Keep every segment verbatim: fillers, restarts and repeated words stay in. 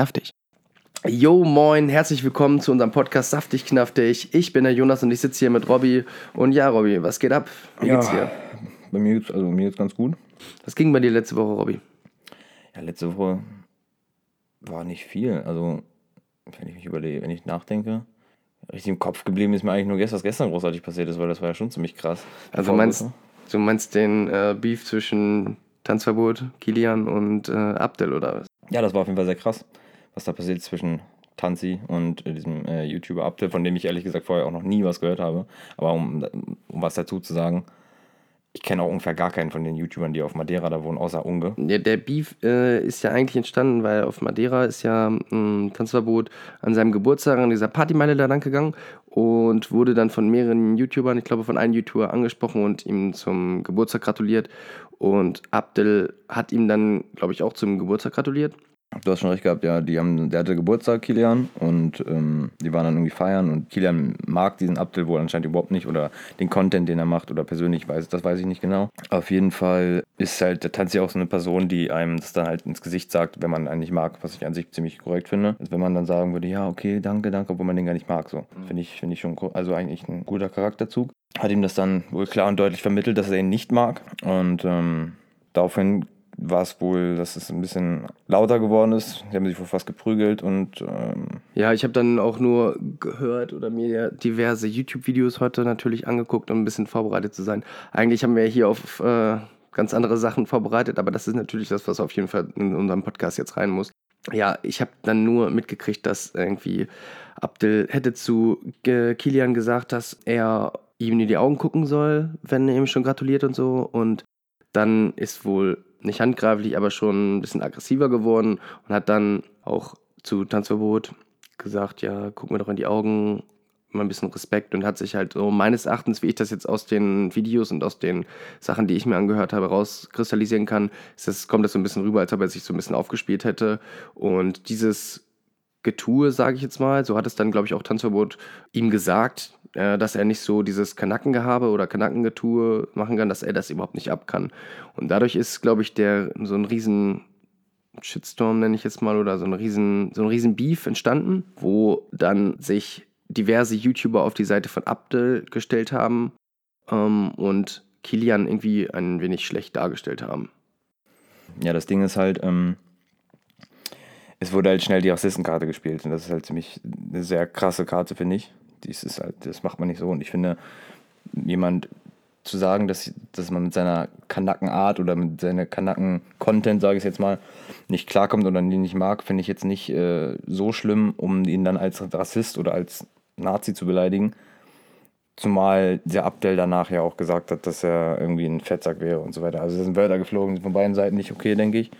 Knaftig. Jo, moin, herzlich willkommen zu unserem Podcast Saftig Knaftig. Ich bin der Jonas und ich sitze hier mit Robby. Und ja, Robby, was geht ab? Wie ja, geht's dir? Bei mir geht's, also mir geht's ganz gut. Was ging bei dir letzte Woche, Robby? Ja, letzte Woche war nicht viel. Also, wenn ich mich überlege, wenn ich nachdenke, richtig im Kopf geblieben ist mir eigentlich nur gestern, was gestern großartig passiert ist, weil das war ja schon ziemlich krass. Also meinst, du meinst den äh, Beef zwischen Tanzverbot, Kilian und äh, Abdel, oder was? Ja, das war auf jeden Fall sehr krass, was da passiert zwischen Tanzi und äh, diesem äh, YouTuber Abdel, von dem ich ehrlich gesagt vorher auch noch nie was gehört habe. Aber um, um was dazu zu sagen, ich kenne auch ungefähr gar keinen von den YouTubern, die auf Madeira da wohnen, außer Unge. Ja, der Beef äh, ist ja eigentlich entstanden, weil auf Madeira ist ja ein Tanzverbot an seinem Geburtstag an dieser Partymeile da lang gegangen und wurde dann von mehreren YouTubern, ich glaube von einem YouTuber angesprochen und ihm zum Geburtstag gratuliert. Und Abdel hat ihm dann, glaube ich, auch zum Geburtstag gratuliert. Du hast schon recht gehabt, ja, die haben, der hatte Geburtstag, Kilian, und ähm, die waren dann irgendwie feiern und Kilian mag diesen Abdel wohl anscheinend überhaupt nicht oder den Content, den er macht oder persönlich weiß, das weiß ich nicht genau. Auf jeden Fall ist halt der Tanzi auch so eine Person, die einem das dann halt ins Gesicht sagt, wenn man einen nicht mag, was ich an sich ziemlich korrekt finde. Also wenn man dann sagen würde, ja, okay, danke, danke, obwohl man den gar nicht mag, so. Mhm. Finde ich, finde ich schon, also eigentlich ein guter Charakterzug. Hat ihm das dann wohl klar und deutlich vermittelt, dass er ihn nicht mag und ähm, daraufhin war es wohl, dass es ein bisschen lauter geworden ist. Sie haben sich wohl fast geprügelt und ähm ja, ich habe dann auch nur gehört oder mir diverse YouTube-Videos heute natürlich angeguckt, um ein bisschen vorbereitet zu sein. Eigentlich haben wir hier auf äh, ganz andere Sachen vorbereitet, aber das ist natürlich das, was auf jeden Fall in unserem Podcast jetzt rein muss. Ja, ich habe dann nur mitgekriegt, dass irgendwie Abdel hätte zu äh, Kilian gesagt, dass er ihm in die Augen gucken soll, wenn er ihm schon gratuliert und so. Und dann ist wohl nicht handgreiflich, aber schon ein bisschen aggressiver geworden und hat dann auch zu Tanzverbot gesagt, ja, guck mir doch in die Augen, mal ein bisschen Respekt, und hat sich halt so meines Erachtens, wie ich das jetzt aus den Videos und aus den Sachen, die ich mir angehört habe, rauskristallisieren kann, ist das, kommt das so ein bisschen rüber, als ob er sich so ein bisschen aufgespielt hätte. Und dieses Getue, sage ich jetzt mal, so hat es dann, glaube ich, auch Tanzverbot ihm gesagt, äh, dass er nicht so dieses Kanackengehabe oder Kanackengetue machen kann, dass er das überhaupt nicht ab kann. Und dadurch ist, glaube ich, der so ein riesen Shitstorm, nenne ich jetzt mal, oder so ein riesen, so ein riesen Beef entstanden, wo dann sich diverse YouTuber auf die Seite von Abdel gestellt haben ähm, und Kilian irgendwie ein wenig schlecht dargestellt haben. Ja, das Ding ist halt, ähm, es wurde halt schnell die Rassistenkarte gespielt und das ist halt ziemlich eine sehr krasse Karte, finde ich. Dies ist halt, das macht man nicht so und ich finde, jemand zu sagen, dass, dass man mit seiner Kanackenart oder mit seiner Kanacken-Content, sage ich jetzt mal, nicht klarkommt oder ihn nicht mag, finde ich jetzt nicht äh, so schlimm, um ihn dann als Rassist oder als Nazi zu beleidigen. Zumal der Abdel danach ja auch gesagt hat, dass er irgendwie ein Fettsack wäre und so weiter. Also da sind Wörter geflogen, von beiden Seiten nicht okay, denke ich.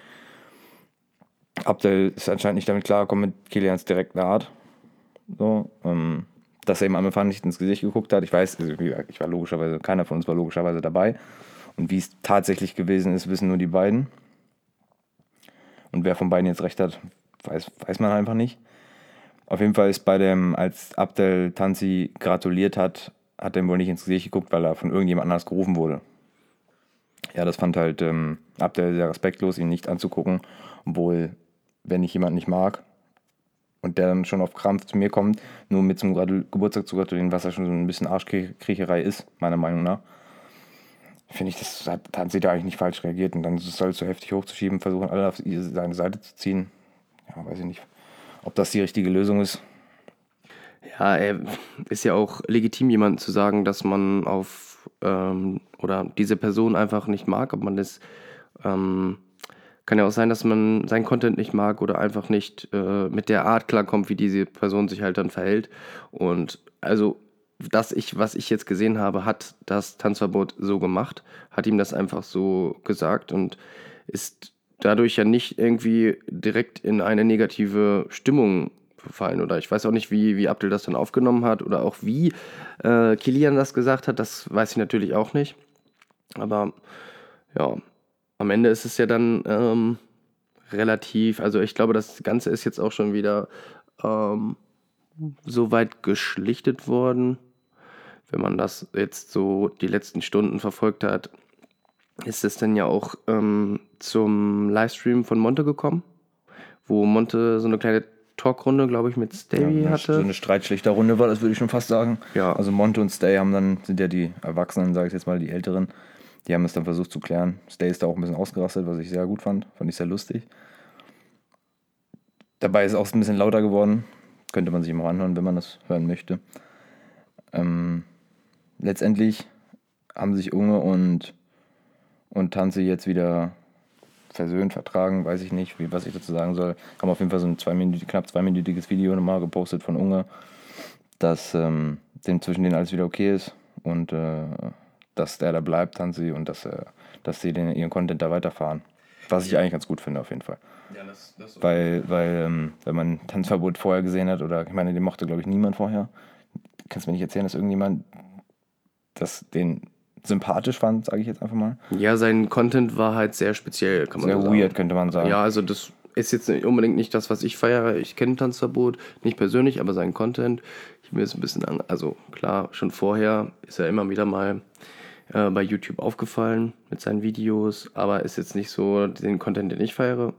Abdel ist anscheinend nicht damit klargekommen mit Kilians direkter Art. So, ähm, dass er ihm am Anfang nicht ins Gesicht geguckt hat. Ich weiß, also ich war logischerweise, keiner von uns war logischerweise dabei. Und wie es tatsächlich gewesen ist, wissen nur die beiden. Und wer von beiden jetzt recht hat, weiß, weiß man einfach nicht. Auf jeden Fall ist bei dem, als Abdel Tanzi gratuliert hat, hat er ihm wohl nicht ins Gesicht geguckt, weil er von irgendjemand anders gerufen wurde. Ja, das fand halt ähm, Abdel sehr respektlos, ihn nicht anzugucken. Obwohl, wenn ich jemanden nicht mag und der dann schon auf Krampf zu mir kommt, nur mit zum Geburtstag zu gratulieren, was ja schon so ein bisschen Arschkriecherei ist, meiner Meinung nach, finde ich, das hat Tanzi da eigentlich nicht falsch reagiert. Und dann soll es so heftig hochzuschieben, versuchen alle auf seine Seite zu ziehen. Ja, weiß ich nicht, ob das die richtige Lösung ist. Ja, er ist ja auch legitim, jemandem zu sagen, dass man auf ähm, oder diese Person einfach nicht mag, ob man das ähm, kann ja auch sein, dass man seinen Content nicht mag oder einfach nicht äh, mit der Art klarkommt, wie diese Person sich halt dann verhält. Und also das ich, was ich jetzt gesehen habe, hat das Tanzverbot so gemacht, hat ihm das einfach so gesagt und ist dadurch ja nicht irgendwie direkt in eine negative Stimmung verfallen. Oder ich weiß auch nicht, wie, wie Abdel das dann aufgenommen hat oder auch wie äh, Kilian das gesagt hat, das weiß ich natürlich auch nicht. Aber ja, am Ende ist es ja dann ähm, relativ, also ich glaube, das Ganze ist jetzt auch schon wieder ähm, so weit geschlichtet worden. Wenn man das jetzt so die letzten Stunden verfolgt hat, ist es dann ja auch ähm, zum Livestream von Monte gekommen, wo Monte so eine kleine Talkrunde, glaube ich, mit Stay Ja, hatte. so eine Streitschlichterrunde war das, würde ich schon fast sagen. Ja. Also Monte und Stay haben dann, sind ja die Erwachsenen, sage ich jetzt mal, die Älteren, die haben es dann versucht zu klären. Stay ist da auch ein bisschen ausgerastet, was ich sehr gut fand. Fand ich sehr lustig. Dabei ist es auch ein bisschen lauter geworden. Könnte man sich mal anhören, wenn man das hören möchte. Ähm, letztendlich haben sich Unge und, und Tanzi jetzt wieder versöhnt, vertragen, weiß ich nicht, wie, was ich dazu sagen soll. Haben auf jeden Fall so ein zweiminütig, knapp zweiminütiges Video nochmal gepostet von Unge, dass ähm, dem zwischen denen alles wieder okay ist und äh, dass der da bleibt, Tanzi, und dass, äh, dass sie den, ihren Content da weiterfahren. Was ich eigentlich ganz gut finde, auf jeden Fall. Ja, das, das Weil, weil ähm, wenn man Tanzverbot vorher gesehen hat, oder ich meine, den mochte, glaube ich, niemand vorher. Kannst du mir nicht erzählen, dass irgendjemand das den sympathisch fand, sage ich jetzt einfach mal. Ja, sein Content war halt sehr speziell, kann man Sehr so sagen. weird, könnte man sagen. Ja, also das ist jetzt nicht unbedingt nicht das, was ich feiere. Ich kenne Tanzverbot, nicht persönlich, aber sein Content, ich mir ist ein bisschen an, also klar, schon vorher ist er immer wieder mal äh, bei YouTube aufgefallen mit seinen Videos, aber ist jetzt nicht so den Content, den ich feiere.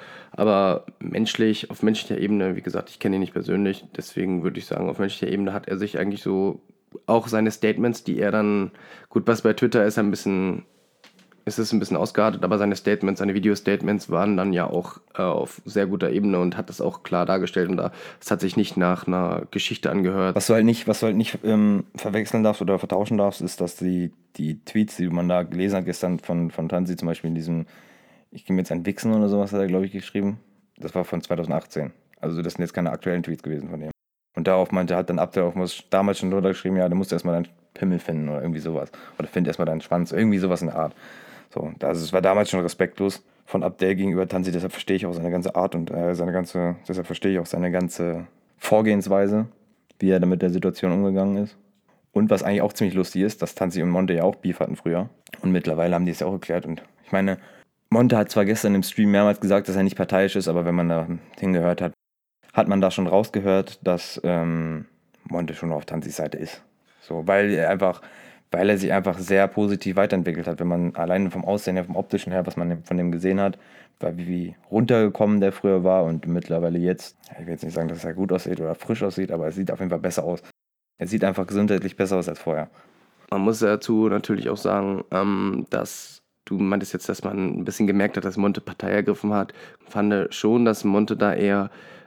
Aber menschlich, auf menschlicher Ebene, wie gesagt, ich kenne ihn nicht persönlich, deswegen würde ich sagen, auf menschlicher Ebene hat er sich eigentlich so auch seine Statements, die er dann, gut, was bei Twitter ist ein bisschen, ist es ein bisschen ausgeartet, aber seine Statements, seine Video-Statements waren dann ja auch äh, auf sehr guter Ebene und hat das auch klar dargestellt und da, es hat sich nicht nach einer Geschichte angehört. Was du halt nicht, was du halt nicht ähm, verwechseln darfst oder vertauschen darfst, ist, dass die, die Tweets, die man da gelesen hat gestern von, von Tanzi, zum Beispiel in diesem, ich gehe mir jetzt ein Wichsen oder sowas, hat er, glaube ich, geschrieben. Das war von zwanzig achtzehn. Also das sind jetzt keine aktuellen Tweets gewesen von dem. Und darauf meinte, hat dann Abdel auch damals schon drunter geschrieben, ja, du musst erstmal deinen Pimmel finden oder irgendwie sowas. Oder find erstmal deinen Schwanz, irgendwie sowas in der Art. So, also es war damals schon respektlos von Abdel gegenüber Tanzi, deshalb verstehe ich auch seine ganze Art und äh, seine ganze, deshalb verstehe ich auch seine ganze Vorgehensweise, wie er damit der Situation umgegangen ist. Und was eigentlich auch ziemlich lustig ist, dass Tanzi und Monte ja auch Beef hatten früher. Und mittlerweile haben die es ja auch geklärt. Und ich meine, Monte hat zwar gestern im Stream mehrmals gesagt, dass er nicht parteiisch ist, aber wenn man da hingehört hat, hat man da schon rausgehört, dass ähm, Monte schon auf Tanzis Seite ist. So, weil er einfach, weil er sich einfach sehr positiv weiterentwickelt hat. Wenn man alleine vom Aussehen her, vom optischen her, was man von dem gesehen hat, war wie, wie runtergekommen der früher war und mittlerweile jetzt, ich will jetzt nicht sagen, dass er gut aussieht oder frisch aussieht, aber er sieht auf jeden Fall besser aus. Er sieht einfach gesundheitlich besser aus als vorher. Man muss dazu natürlich auch sagen, ähm, dass du meintest jetzt, dass man ein bisschen gemerkt hat, dass Monte Partei ergriffen hat. Ich fand schon, dass Monte da eher,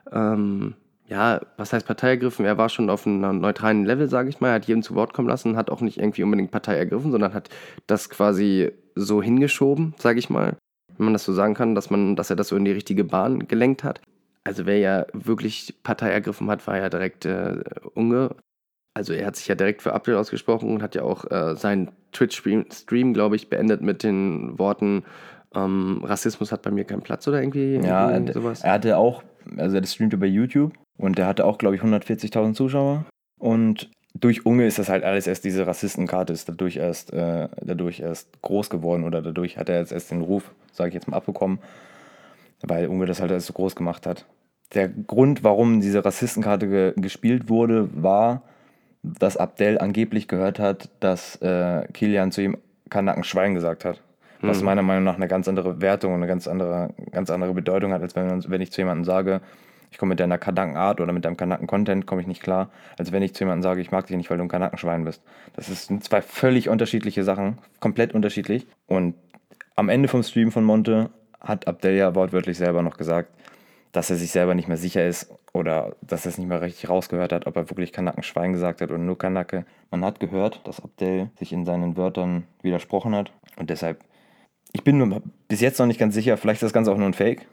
ähm, ja, was heißt Partei ergriffen? Er war schon auf einem neutralen Level, sage ich mal. Er hat jedem zu Wort kommen lassen, hat auch nicht irgendwie unbedingt Partei ergriffen, sondern hat das quasi so hingeschoben, sage ich mal. Wenn man das so sagen kann, dass man, dass er das so in die richtige Bahn gelenkt hat. Also wer ja wirklich Partei ergriffen hat, war ja direkt äh, Unge. Also er hat sich ja direkt für Abdel ausgesprochen und hat ja auch äh, seinen Twitch-Stream, Stream, glaube ich, beendet mit den Worten, ähm, Rassismus hat bei mir keinen Platz oder irgendwie, Ja, irgendwie er, sowas. er hatte auch, also er streamte bei YouTube und der hatte auch, glaube ich, hundertvierzigtausend Zuschauer. Und durch Unge ist das halt alles erst, diese Rassistenkarte ist dadurch erst, äh, dadurch erst groß geworden oder dadurch hat er jetzt erst den Ruf, sage ich jetzt mal, abbekommen, weil Unge das halt alles so groß gemacht hat. Der Grund, warum diese Rassistenkarte ge- gespielt wurde, war, dass Abdel angeblich gehört hat, dass äh, Kilian zu ihm Kanakenschwein gesagt hat. Was Hm. meiner Meinung nach eine ganz andere Wertung und eine ganz andere, ganz andere Bedeutung hat, als wenn, wenn ich zu jemandem sage, ich komme mit deiner Kanakenart oder mit deinem Kanaken-Content komme ich nicht klar, als wenn ich zu jemandem sage, ich mag dich nicht, weil du ein Kanakenschwein bist. Das sind zwei völlig unterschiedliche Sachen, komplett unterschiedlich. Und am Ende vom Stream von Monte hat Abdel ja wortwörtlich selber noch gesagt, dass er sich selber nicht mehr sicher ist oder dass er es nicht mehr richtig rausgehört hat, ob er wirklich Kanakenschwein gesagt hat oder nur Kanake. Man hat gehört, dass Abdel sich in seinen Wörtern widersprochen hat und deshalb, ich bin mir bis jetzt noch nicht ganz sicher, vielleicht ist das Ganze auch nur ein Fake.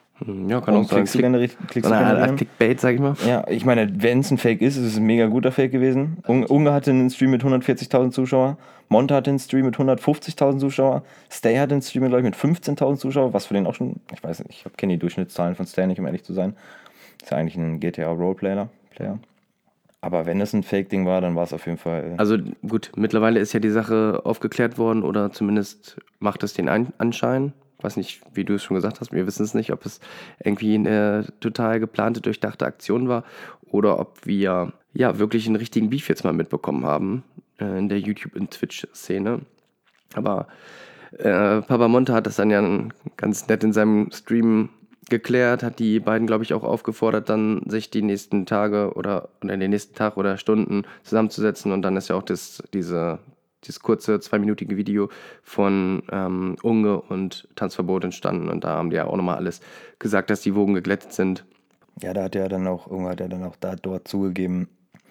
Ja, kann auch sein. Klickst du gerne, klickst So du eine gerne Art rein? Clickbait, sag ich mal. Ja, ich meine, wenn es ein Fake ist, ist es ein mega guter Fake gewesen. Un- Unge hatte einen Stream mit hundertvierzigtausend Zuschauer. Monte hatte einen Stream mit hundertfünfzigtausend Zuschauer. Stay hatte einen Stream, glaube ich, mit fünfzehntausend Zuschauer, was für den auch schon, ich weiß nicht, ich kenne die Durchschnittszahlen von Stay nicht, um ehrlich zu sein. Ist ja eigentlich ein G T A-Roleplayer. Player. Aber wenn es ein Fake-Ding war, dann war es auf jeden Fall. Also gut, mittlerweile ist ja die Sache aufgeklärt worden oder zumindest macht es den An- Anschein. Ich weiß nicht, wie du es schon gesagt hast, wir wissen es nicht, ob es irgendwie eine total geplante, durchdachte Aktion war oder ob wir ja wirklich einen richtigen Beef jetzt mal mitbekommen haben äh, in der YouTube- und Twitch-Szene. Aber äh, Papa Monte hat das dann ja ganz nett in seinem Stream geklärt, hat die beiden, glaube ich, auch aufgefordert, dann sich die nächsten Tage oder, oder in den nächsten Tag oder Stunden zusammenzusetzen. Und dann ist ja auch das, diese, dieses kurze zweiminütige Video von ähm, Unge und Tanzverbot entstanden. Und da haben die ja auch nochmal alles gesagt, dass die Wogen geglättet sind. Ja, da hat er dann auch, Unge hat er dann auch da dort zugegeben,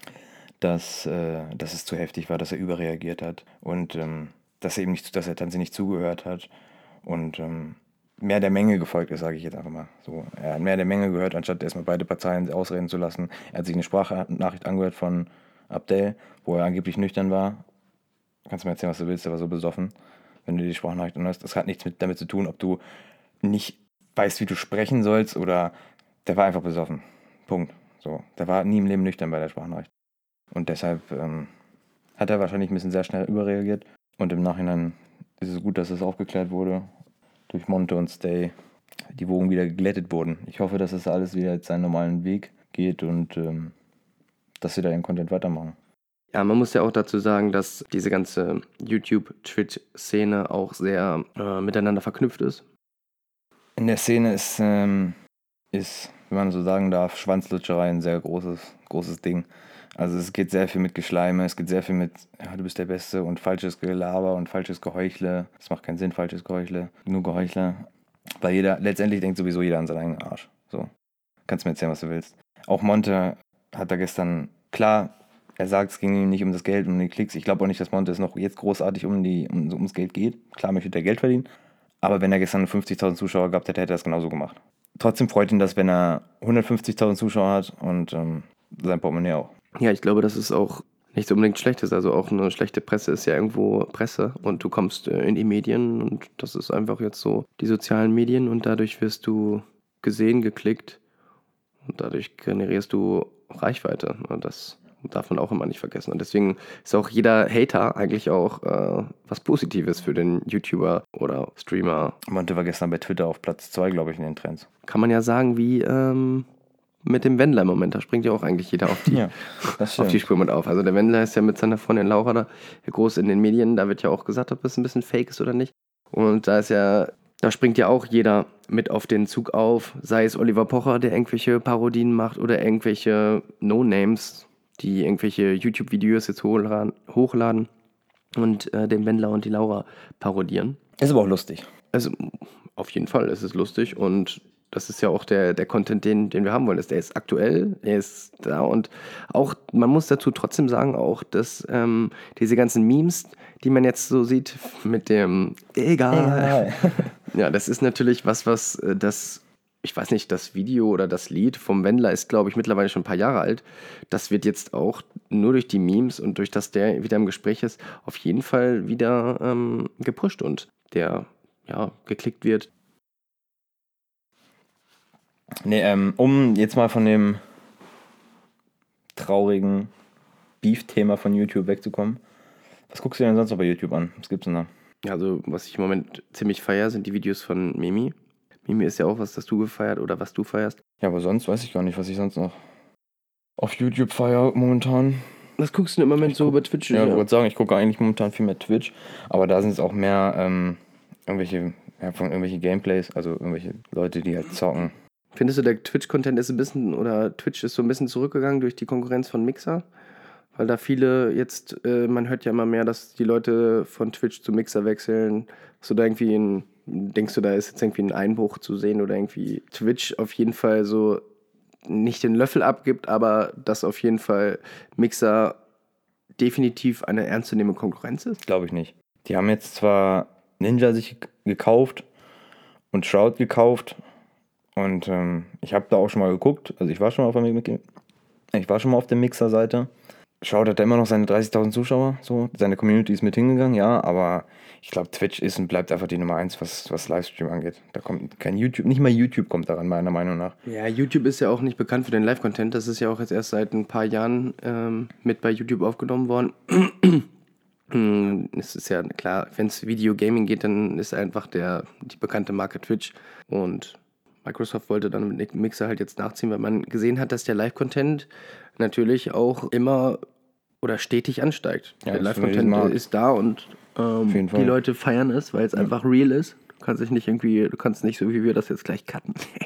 dass, äh, dass es zu heftig war, dass er überreagiert hat und ähm, dass er eben nicht, dass er Tanzi nicht zugehört hat und ähm, mehr der Menge gefolgt ist, sage ich jetzt einfach mal. So, er hat mehr der Menge gehört, anstatt erstmal beide Parteien ausreden zu lassen. Er hat sich eine Sprachnachricht angehört von Abdel, wo er angeblich nüchtern war. Kannst du mir erzählen, was du willst, er war so besoffen, wenn du die Sprachnachricht anhörst. Das hat nichts mit, damit zu tun, ob du nicht weißt, wie du sprechen sollst oder der war einfach besoffen. Punkt. So, der war nie im Leben nüchtern bei der Sprachnachricht. Und deshalb ähm, hat er wahrscheinlich ein bisschen sehr schnell überreagiert. Und im Nachhinein ist es gut, dass es aufgeklärt wurde durch Monte und Stay, die Wogen wieder geglättet wurden. Ich hoffe, dass es alles wieder jetzt seinen normalen Weg geht und ähm, dass sie da ihren Content weitermachen. Ja, man muss ja auch dazu sagen, dass diese ganze YouTube-Twitch-Szene auch sehr äh, miteinander verknüpft ist. In der Szene ist, ähm, ist, wenn man so sagen darf, Schwanzlutscherei ein sehr großes, großes Ding. Also es geht sehr viel mit Geschleime, es geht sehr viel mit, ja, du bist der Beste und falsches Gelaber und falsches Geheuchle. Es macht keinen Sinn, falsches Geheuchle, nur Geheuchler. Weil jeder, letztendlich denkt sowieso jeder an seinen eigenen Arsch. So, kannst mir erzählen, was du willst. Auch Monte hat da gestern, klar, er sagt, es ging ihm nicht um das Geld, um die Klicks. Ich glaube auch nicht, dass Monte es noch jetzt großartig um die, um, ums Geld geht. Klar möchte der Geld verdienen. Aber wenn er gestern fünfzigtausend Zuschauer gehabt hätte, hätte er das genauso gemacht. Trotzdem freut ihn das, wenn er hundertfünfzigtausend Zuschauer hat und ähm, sein Portemonnaie auch. Ja, ich glaube, das ist auch nichts unbedingt Schlechtes. Also auch eine schlechte Presse ist ja irgendwo Presse und du kommst äh, in die Medien und das ist einfach jetzt so die sozialen Medien und dadurch wirst du gesehen, geklickt und dadurch generierst du Reichweite. Und das darf man auch immer nicht vergessen. Und deswegen ist auch jeder Hater eigentlich auch äh, was Positives für den YouTuber oder Streamer. Monte war gestern bei Twitter auf Platz zwei, glaube ich, in den Trends. Kann man ja sagen, wie ähm, mit dem Wendler im Moment. Da springt ja auch eigentlich jeder auf die, Ja, das auf die stimmt. Spur mit auf. Also der Wendler ist ja mit seiner Freundin Laura da groß in den Medien. Da wird ja auch gesagt, ob es ein bisschen fake ist oder nicht. Und da ist ja, da springt ja auch jeder mit auf den Zug auf. Sei es Oliver Pocher, der irgendwelche Parodien macht oder irgendwelche No-Names, die irgendwelche YouTube-Videos jetzt hochladen, hochladen und äh, den Wendler und die Laura parodieren. Ist aber auch lustig. Also auf jeden Fall ist es lustig und das ist ja auch der, der Content, den, den wir haben wollen. Der ist aktuell, er ist da und auch, man muss dazu trotzdem sagen, auch, dass ähm, diese ganzen Memes, die man jetzt so sieht mit dem Egal, ja, das ist natürlich was, was äh, das, ich weiß nicht, das Video oder das Lied vom Wendler ist, glaube ich, mittlerweile schon ein paar Jahre alt. Das wird jetzt auch nur durch die Memes und durch das der wieder im Gespräch ist, auf jeden Fall wieder ähm, gepusht und der, ja, geklickt wird. Nee, ähm, um jetzt mal von dem traurigen Beef-Thema von YouTube wegzukommen. Was guckst du denn sonst noch bei YouTube an? Was gibt's denn da? Also, was ich im Moment ziemlich feiere, sind die Videos von Mimi. Mimi ist ja auch was, das du gefeiert oder was du feierst. Ja, aber sonst weiß ich gar nicht, was ich sonst noch auf YouTube feiere momentan. Was guckst du im Moment so über Twitch? Ja, ich wollte sagen, ich gucke eigentlich momentan viel mehr Twitch, aber da sind es auch mehr ähm, irgendwelche, ja, von irgendwelche Gameplays, also irgendwelche Leute, die halt zocken. Findest du, der Twitch-Content ist ein bisschen, oder Twitch ist so ein bisschen zurückgegangen durch die Konkurrenz von Mixer? Weil da viele jetzt, äh, man hört ja immer mehr, dass die Leute von Twitch zu Mixer wechseln. Hast du da irgendwie ein, denkst du, da ist jetzt irgendwie ein Einbruch zu sehen oder irgendwie Twitch auf jeden Fall so nicht den Löffel abgibt, aber dass auf jeden Fall Mixer definitiv eine ernstzunehmende Konkurrenz ist? Glaube ich nicht. Die haben jetzt zwar Ninja sich gekauft und Shroud gekauft und ähm, ich habe da auch schon mal geguckt, also ich war schon mal auf der, ich war schon mal auf der Mixer-Seite. Shroud hat da immer noch seine dreißigtausend Zuschauer, so, seine Community ist mit hingegangen, ja, aber ich glaube, Twitch ist und bleibt einfach die Nummer eins, was, was Livestream angeht. Da kommt kein YouTube, nicht mal YouTube kommt daran, meiner Meinung nach. Ja, YouTube ist ja auch nicht bekannt für den Live-Content. Das ist ja auch jetzt erst seit ein paar Jahren ähm, mit bei YouTube aufgenommen worden. Es ist ja klar, wenn es Video-Gaming geht, dann ist einfach der, die bekannte Marke Twitch. Und Microsoft wollte dann mit Mixer halt jetzt nachziehen, weil man gesehen hat, dass der Live-Content natürlich auch immer oder stetig ansteigt. Ja, der das ist ein Live-Content Riesenmarkt. ist da und ähm, jeden Fall. die Leute feiern es, weil es einfach real ist. Du kannst dich nicht irgendwie, du kannst nicht so wie wir das jetzt gleich cutten.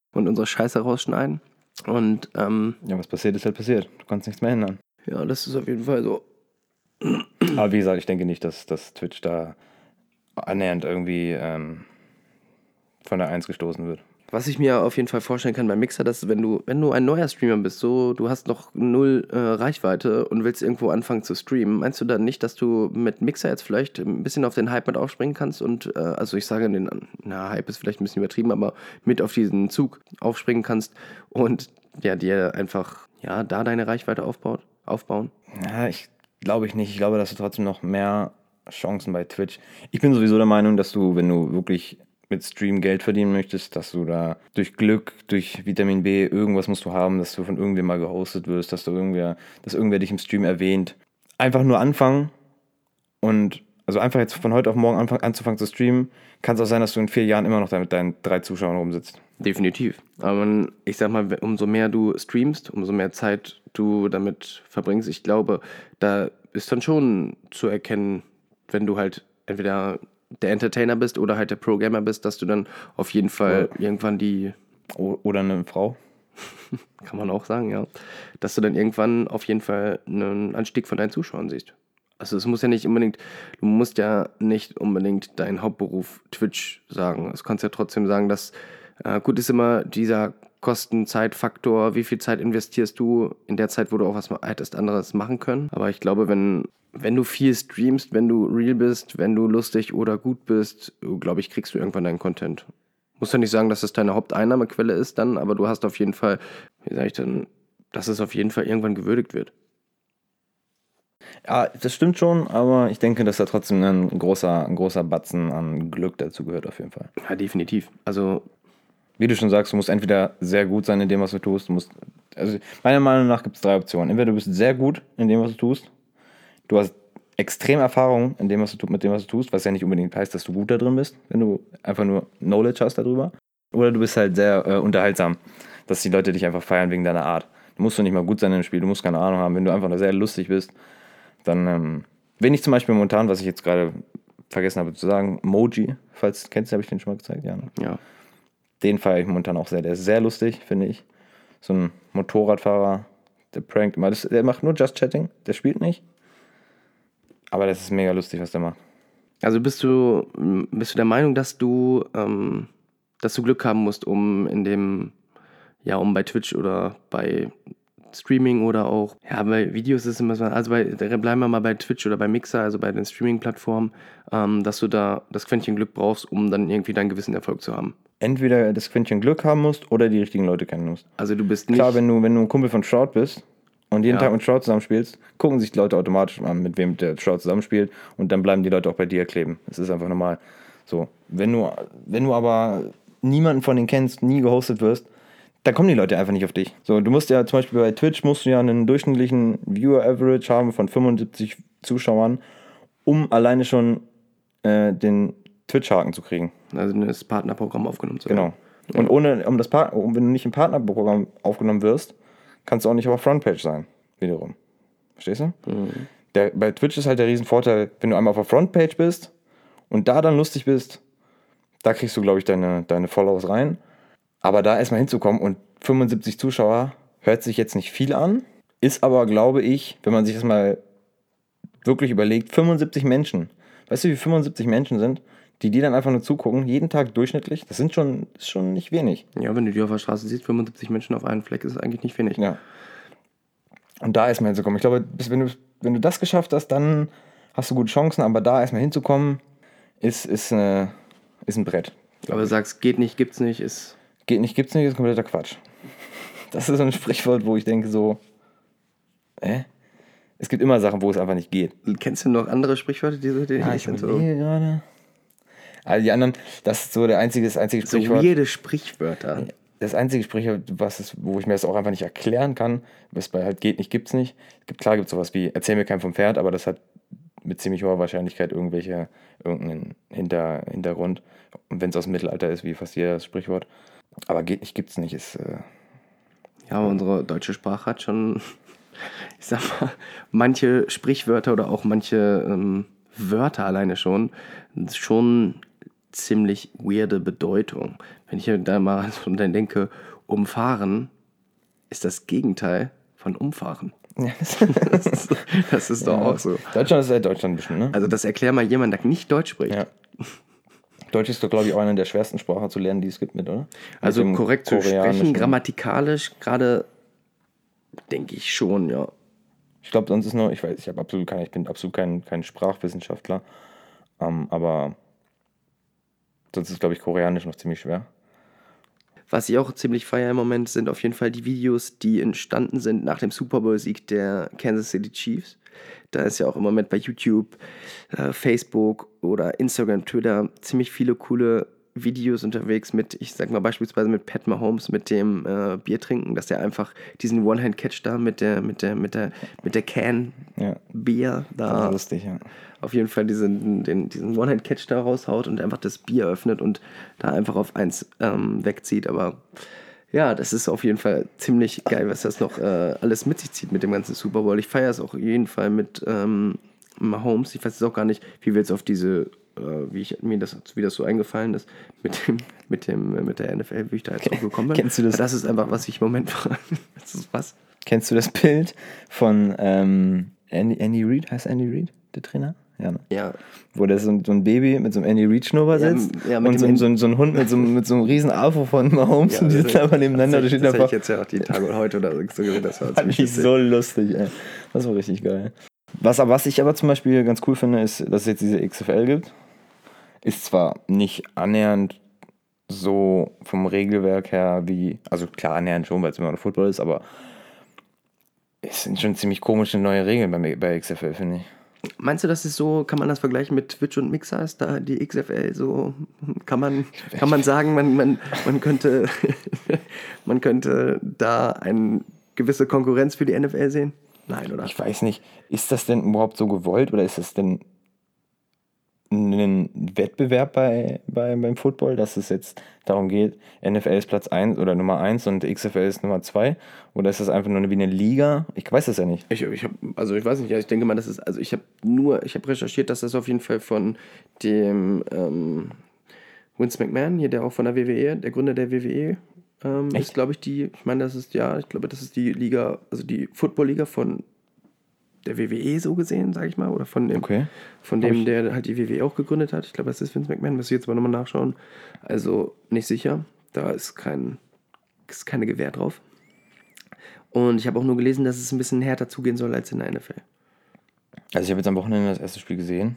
und unsere Scheiße rausschneiden. Und ähm, Ja, was passiert, ist halt passiert. Du kannst nichts mehr ändern. ja, das ist auf jeden Fall so. Aber wie gesagt, ich denke nicht, dass, dass Twitch da annähernd irgendwie ähm, von der Eins gestoßen wird. Was ich mir auf jeden Fall vorstellen kann beim Mixer, dass wenn du, wenn du ein neuer Streamer bist, so du hast noch null äh, Reichweite und willst irgendwo anfangen zu streamen, meinst du dann nicht, dass du mit Mixer jetzt vielleicht ein bisschen auf den Hype mit aufspringen kannst und, äh, also ich sage, den, na, Hype ist vielleicht ein bisschen übertrieben, aber mit auf diesen Zug aufspringen kannst und ja, dir einfach, ja, da deine Reichweite aufbaut, aufbauen? Ja, ich glaube ich nicht. Ich glaube, dass du trotzdem noch mehr Chancen bei Twitch. Ich bin sowieso der Meinung, dass du, wenn du wirklich mit Stream Geld verdienen möchtest, dass du da durch Glück, durch Vitamin B, irgendwas musst du haben, dass du von irgendwem mal gehostet wirst, dass du irgendwer, dass irgendwer dich im Stream erwähnt. Einfach nur anfangen und also einfach jetzt von heute auf morgen anfangen, anzufangen zu streamen, kann es auch sein, dass du in vier Jahren immer noch da mit deinen drei Zuschauern rumsitzt. Definitiv. Aber ich sag mal, umso mehr du streamst, umso mehr Zeit du damit verbringst, ich glaube, da ist dann schon zu erkennen, wenn du halt entweder der Entertainer bist oder halt der Pro-Gamer bist, dass du dann auf jeden Fall ja. irgendwann die... O- oder eine Frau. Kann man auch sagen, ja. Dass du dann irgendwann auf jeden Fall einen Anstieg von deinen Zuschauern siehst. Also es muss ja nicht unbedingt, du musst ja nicht unbedingt deinen Hauptberuf Twitch sagen. Du kannst ja trotzdem sagen, dass, äh, gut ist immer dieser Kosten-Zeit-Faktor, wie viel Zeit investierst du in der Zeit, wo du auch was hättest anderes machen können. Aber ich glaube, wenn, wenn du viel streamst, wenn du real bist, wenn du lustig oder gut bist, glaube ich, kriegst du irgendwann deinen Content. Muss ja nicht sagen, dass das deine Haupteinnahmequelle ist dann, aber du hast auf jeden Fall, wie sage ich denn, dass es auf jeden Fall irgendwann gewürdigt wird. Ja, das stimmt schon, aber ich denke, dass da trotzdem ein großer, ein großer Batzen an Glück dazu gehört auf jeden Fall. Ja, definitiv. Also, wie du schon sagst, du musst entweder sehr gut sein in dem, was du tust. Du musst, also meiner Meinung nach gibt es drei Optionen. Entweder du bist sehr gut in dem, was du tust. Du hast extrem Erfahrung in dem, was du, mit dem, was du tust, was ja nicht unbedingt heißt, dass du gut da drin bist, wenn du einfach nur Knowledge hast darüber. Oder du bist halt sehr äh, unterhaltsam, dass die Leute dich einfach feiern wegen deiner Art. Du musst doch nicht mal gut sein im Spiel, du musst keine Ahnung haben. Wenn du einfach nur sehr lustig bist, dann, ähm, wenn ich zum Beispiel momentan, was ich jetzt gerade vergessen habe zu sagen, Moji, falls du kennst, habe ich den schon mal gezeigt, ja. Ne? Ja. Den feiere ich momentan auch sehr. Der ist sehr lustig, finde ich. So ein Motorradfahrer, der prankt immer. Das, der macht nur Just Chatting, der spielt nicht. Aber das ist mega lustig, was der macht. Also bist du, bist du der Meinung, dass du, ähm, dass du Glück haben musst, um in dem, ja, um bei Twitch oder bei Streaming oder auch, ja, bei Videos ist es immer so, also bei, bleiben wir mal bei Twitch oder bei Mixer, also bei den Streaming-Plattformen, ähm, dass du da das Quäntchen Glück brauchst, um dann irgendwie deinen gewissen Erfolg zu haben. Entweder das Quäntchen Glück haben musst oder die richtigen Leute kennen musst. Also du bist nicht... Klar, wenn du, wenn du ein Kumpel von Shroud bist und jeden Ja. Tag mit Shroud zusammenspielst, gucken sich die Leute automatisch an, mit wem der Shroud zusammenspielt und dann bleiben die Leute auch bei dir kleben. Das ist einfach normal. So, wenn du, wenn du aber niemanden von denen kennst, nie gehostet wirst, dann kommen die Leute einfach nicht auf dich. So, du musst ja zum Beispiel bei Twitch musst du ja einen durchschnittlichen Viewer-Average haben von fünfundsiebzig Zuschauern, um alleine schon äh, den Twitch-Haken zu kriegen. Also das Partnerprogramm aufgenommen zu werden. Genau. Und ohne, um das Part- um, wenn du nicht im Partnerprogramm aufgenommen wirst, kannst du auch nicht auf der Frontpage sein, wiederum. Verstehst du? Mhm. Der, bei Twitch ist halt der Riesenvorteil, wenn du einmal auf der Frontpage bist und da dann lustig bist, da kriegst du, glaube ich, deine, deine Followers rein. Aber da erstmal hinzukommen und fünfundsiebzig Zuschauer hört sich jetzt nicht viel an, ist aber, glaube ich, wenn man sich das mal wirklich überlegt, fünfundsiebzig Menschen. Weißt du, wie fünfundsiebzig Menschen sind, die dir dann einfach nur zugucken, jeden Tag durchschnittlich? Das sind schon, ist schon nicht wenig. Ja, wenn du die auf der Straße siehst, fünfundsiebzig Menschen auf einen Fleck, ist es eigentlich nicht wenig. Ja. Und da erstmal hinzukommen. Ich glaube, bis, wenn, du, wenn du das geschafft hast, dann hast du gute Chancen, aber da erstmal hinzukommen, ist, ist, äh, ist ein Brett. Aber du sagst, geht nicht, gibt's nicht, ist... Geht nicht, gibt's nicht, ist kompletter Quatsch. Das ist so ein Sprichwort, wo ich denke so, äh? Es gibt immer Sachen, wo es einfach nicht geht. Kennst du noch andere Sprichwörter, die so... Die ja, ich sind überlege so gerade. Also die anderen, das ist so der einzige, das einzige so Sprichwort. weirde Sprichwörter. Das einzige Sprichwort, was ist, wo ich mir das auch einfach nicht erklären kann, ist bei halt geht nicht, gibt's nicht. Klar gibt es sowas wie, erzähl mir kein vom Pferd, aber das hat mit ziemlich hoher Wahrscheinlichkeit irgendwelche, irgendeinen Hinter, Hintergrund. Und wenn es aus dem Mittelalter ist, wie fast jedes Sprichwort. Aber geht nicht, gibt's nicht, ist... Äh, ja, aber unsere deutsche Sprache hat schon, ich sag mal, manche Sprichwörter oder auch manche ähm, Wörter alleine schon, schon ziemlich weirde Bedeutung. Wenn ich da mal so dann denke, umfahren ist das Gegenteil von umfahren. Ja, Das ist, das ist doch ja. auch so. Deutschland ist ja Deutschland bestimmt, ne? Also das erklär mal jemand, der nicht Deutsch spricht. Ja. Deutsch ist doch, glaube ich, auch eine der schwersten Sprachen zu lernen, die es gibt mit, oder? Also Mit dem korrekt zu sprechen, Koreanischen. grammatikalisch gerade denke ich schon, ja. Ich glaube, sonst ist noch, ich weiß, ich habe absolut kein, ich bin absolut kein, kein Sprachwissenschaftler, ähm, aber sonst ist, glaube ich, Koreanisch noch ziemlich schwer. Was ich auch ziemlich feier im Moment sind auf jeden Fall die Videos, die entstanden sind nach dem Super Bowl-Sieg der Kansas City Chiefs. Da ist ja auch im Moment bei YouTube, äh, Facebook oder Instagram, Twitter ziemlich viele coole Videos unterwegs mit, ich sag mal beispielsweise mit Pat Mahomes, mit dem äh, Bier trinken, dass der einfach diesen One-Hand-Catch da mit der, mit der, mit der, mit der Can Ja. Bier Das da ist lustig, ja. auf jeden Fall diesen, den, diesen One-Hand-Catch da raushaut und einfach das Bier öffnet und da einfach auf eins ähm, wegzieht. Aber ja, das ist auf jeden Fall ziemlich geil, was das noch äh, alles mit sich zieht mit dem ganzen Super Bowl. Ich feiere es auch auf jeden Fall mit ähm, Mahomes. Ich weiß jetzt auch gar nicht, wie wir jetzt auf diese, äh, wie ich mir das, wie das so eingefallen ist, mit dem, mit dem, äh, mit der N F L, wie ich da jetzt auch gekommen bin. Kennst du das? Das ist einfach, was ich im Moment frage. Das ist was? Kennst du das Bild von ähm, Andy, Andy Reid? Heißt Andy Reid, der Trainer? Ja, ne? Ja. Wo da so, ein- so ein Baby mit so einem Andy Reid-Schnurrbart Ja, sitzt ja, mit und so, dem ein- so, ein- so ein Hund mit so, einem- mit so einem riesen Afro von Mahomes Ja, und die das- sitzen einfach nebeneinander. Da Das, steht das hätte ich einfach, jetzt ja auch die Tage und heute oder so gesehen. Das war fand ziemlich ich witzig. so lustig, ey. Das war richtig geil. Was, was ich aber zum Beispiel ganz cool finde, ist, dass es jetzt diese X F L gibt. Ist zwar nicht annähernd so vom Regelwerk her wie, also klar annähernd schon, weil es immer noch Football ist, aber es sind schon ziemlich komische neue Regeln bei, bei X F L, finde ich. Meinst du, das ist so, kann man das vergleichen mit Twitch und Mixers, da die X F L so, kann man, kann man sagen, man, man, man, könnte, man könnte da eine gewisse Konkurrenz für die N F L sehen? Nein, oder? Ich weiß nicht, ist das denn überhaupt so gewollt oder ist das denn ein Wettbewerb bei, bei, beim Football, dass es jetzt darum geht, N F L ist Platz eins oder Nummer eins und X F L ist Nummer zwei? Oder ist das einfach nur wie eine Liga? Ich weiß das ja nicht. Ich, ich habe, also ich weiß nicht, ich denke mal, das ist, also ich habe nur, ich habe recherchiert, dass das auf jeden Fall von dem ähm, Vince McMahon, hier der auch von der W W E, der Gründer der W W E, ähm, ist, glaube ich, die, ich meine, das ist, ja, ich glaube, das ist die Liga, also die Football-Liga von der W W E so gesehen, sage ich mal, oder von dem, Okay. von dem, der halt die W W E auch gegründet hat. Ich glaube, das ist Vince McMahon, müsste ich jetzt mal nochmal nachschauen. Also nicht sicher, da ist kein, ist keine Gewähr drauf. Und ich habe auch nur gelesen, dass es ein bisschen härter zugehen soll als in der N F L. Also ich habe jetzt am Wochenende das erste Spiel gesehen.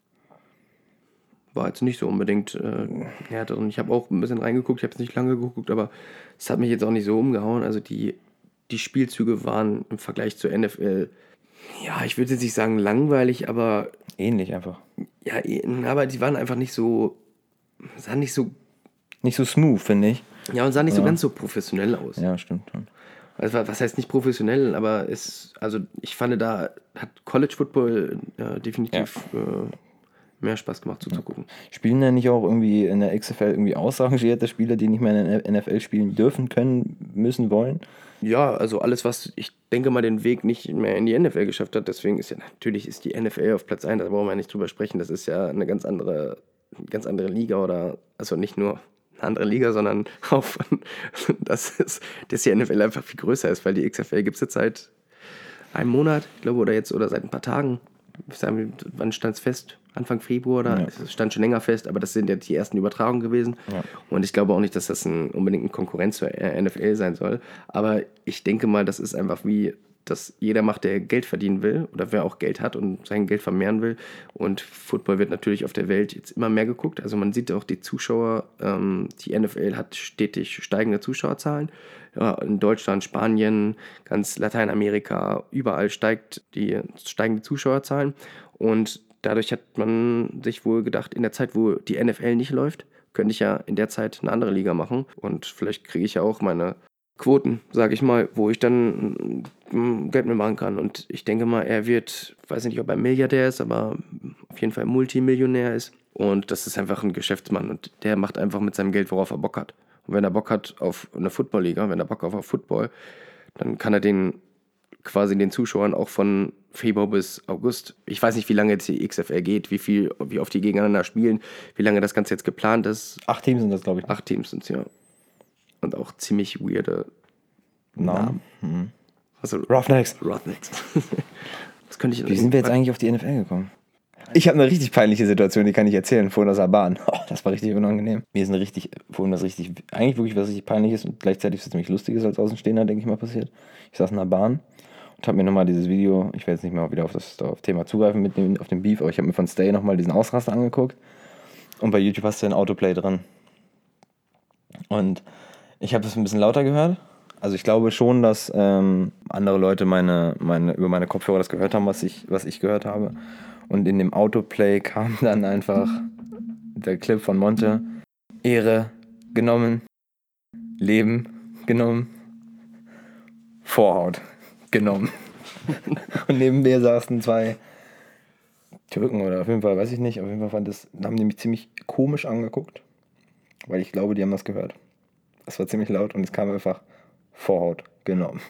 War jetzt nicht so unbedingt äh, härter. Und ich habe auch ein bisschen reingeguckt, ich habe es nicht lange geguckt, aber es hat mich jetzt auch nicht so umgehauen. Also die, die Spielzüge waren im Vergleich zur N F L, ja, ich würde jetzt nicht sagen langweilig, aber Ähnlich einfach. ja, aber die waren einfach nicht so, sahen nicht so, Nicht so smooth, finde ich. ja, und sahen nicht so Ja. ganz so professionell aus. Ja, stimmt schon. Also, was heißt nicht professionell, aber es, also ich fand, da hat College Football äh, definitiv äh, mehr Spaß gemacht zuzugucken. Spielen denn nicht auch irgendwie in der X F L irgendwie ausrangierte Spieler, die nicht mehr in der N F L spielen dürfen, können, müssen, wollen? Ja, also alles, was ich denke mal den Weg nicht mehr in die N F L geschafft hat, deswegen ist ja natürlich ist die N F L auf Platz eins, da brauchen wir ja nicht drüber sprechen, das ist ja eine ganz andere, ganz andere Liga oder, also nicht nur eine andere Liga, sondern auch, von, dass, es, dass die N F L einfach viel größer ist, weil die X F L gibt es jetzt seit einem Monat, ich glaube, oder jetzt, oder seit ein paar Tagen. Sagen, wann stand es fest? Anfang Februar oder? Ja. Es stand schon länger fest, aber das sind jetzt die ersten Übertragungen gewesen. Ja. Und ich glaube auch nicht, dass das ein, unbedingt eine Konkurrenz zur N F L sein soll. Aber ich denke mal, das ist einfach wie, dass jeder macht, der Geld verdienen will oder wer auch Geld hat und sein Geld vermehren will. Und Football wird natürlich auf der Welt jetzt immer mehr geguckt. Also man sieht auch die Zuschauer, ähm, die N F L hat stetig steigende Zuschauerzahlen. Ja, in Deutschland, Spanien, ganz Lateinamerika, überall steigt die, steigen die Zuschauerzahlen. Und dadurch hat man sich wohl gedacht, in der Zeit, wo die N F L nicht läuft, könnte ich ja in der Zeit eine andere Liga machen. Und vielleicht kriege ich ja auch meine Quoten, sage ich mal, wo ich dann mm, Geld mitmachen kann. Und ich denke mal, er wird, weiß nicht, ob er Milliardär ist, aber auf jeden Fall Multimillionär ist. Und das ist einfach ein Geschäftsmann. Und der macht einfach mit seinem Geld, worauf er Bock hat. Und wenn er Bock hat auf eine Football-Liga, wenn er Bock hat auf Football, dann kann er den quasi den Zuschauern auch von Februar bis August. Ich weiß nicht, wie lange jetzt die X F L geht, wie viel, wie oft die gegeneinander spielen, wie lange das Ganze jetzt geplant ist. Acht Teams sind das, glaube ich. Acht Teams sind es, ja. Und auch ziemlich weirde Namen. Namen. Mhm. Also, Roughnecks. Roughnecks. Das könnte ich. Wie sind wir jetzt eigentlich auf die N F L gekommen? Ich habe eine richtig peinliche Situation, die kann ich erzählen, vorhin aus der Bahn. Oh, das war richtig unangenehm. Mir ist eine richtig, vorhin was richtig, eigentlich wirklich was richtig Peinliches und gleichzeitig was ziemlich Lustiges als Außenstehender, denke ich mal, passiert. Ich saß in der Bahn und habe mir nochmal dieses Video, ich werde jetzt nicht mehr wieder auf das auf Thema zugreifen mit dem, auf dem Beef, aber ich habe mir von Stay nochmal diesen Ausraster angeguckt und bei YouTube hast du ein Autoplay drin. Und ich habe das ein bisschen lauter gehört. Also ich glaube schon, dass ähm, andere Leute meine, meine, über meine Kopfhörer das gehört haben, was ich, was ich gehört habe. Und in dem Autoplay kam dann einfach der Clip von Monte. Ehre genommen, Leben genommen, Vorhaut genommen. Und neben mir saßen zwei Türken oder auf jeden Fall, weiß ich nicht, auf jeden Fall fand das, haben die mich ziemlich komisch angeguckt, weil ich glaube, die haben das gehört. Das war ziemlich laut und es kam einfach Vorhaut genommen.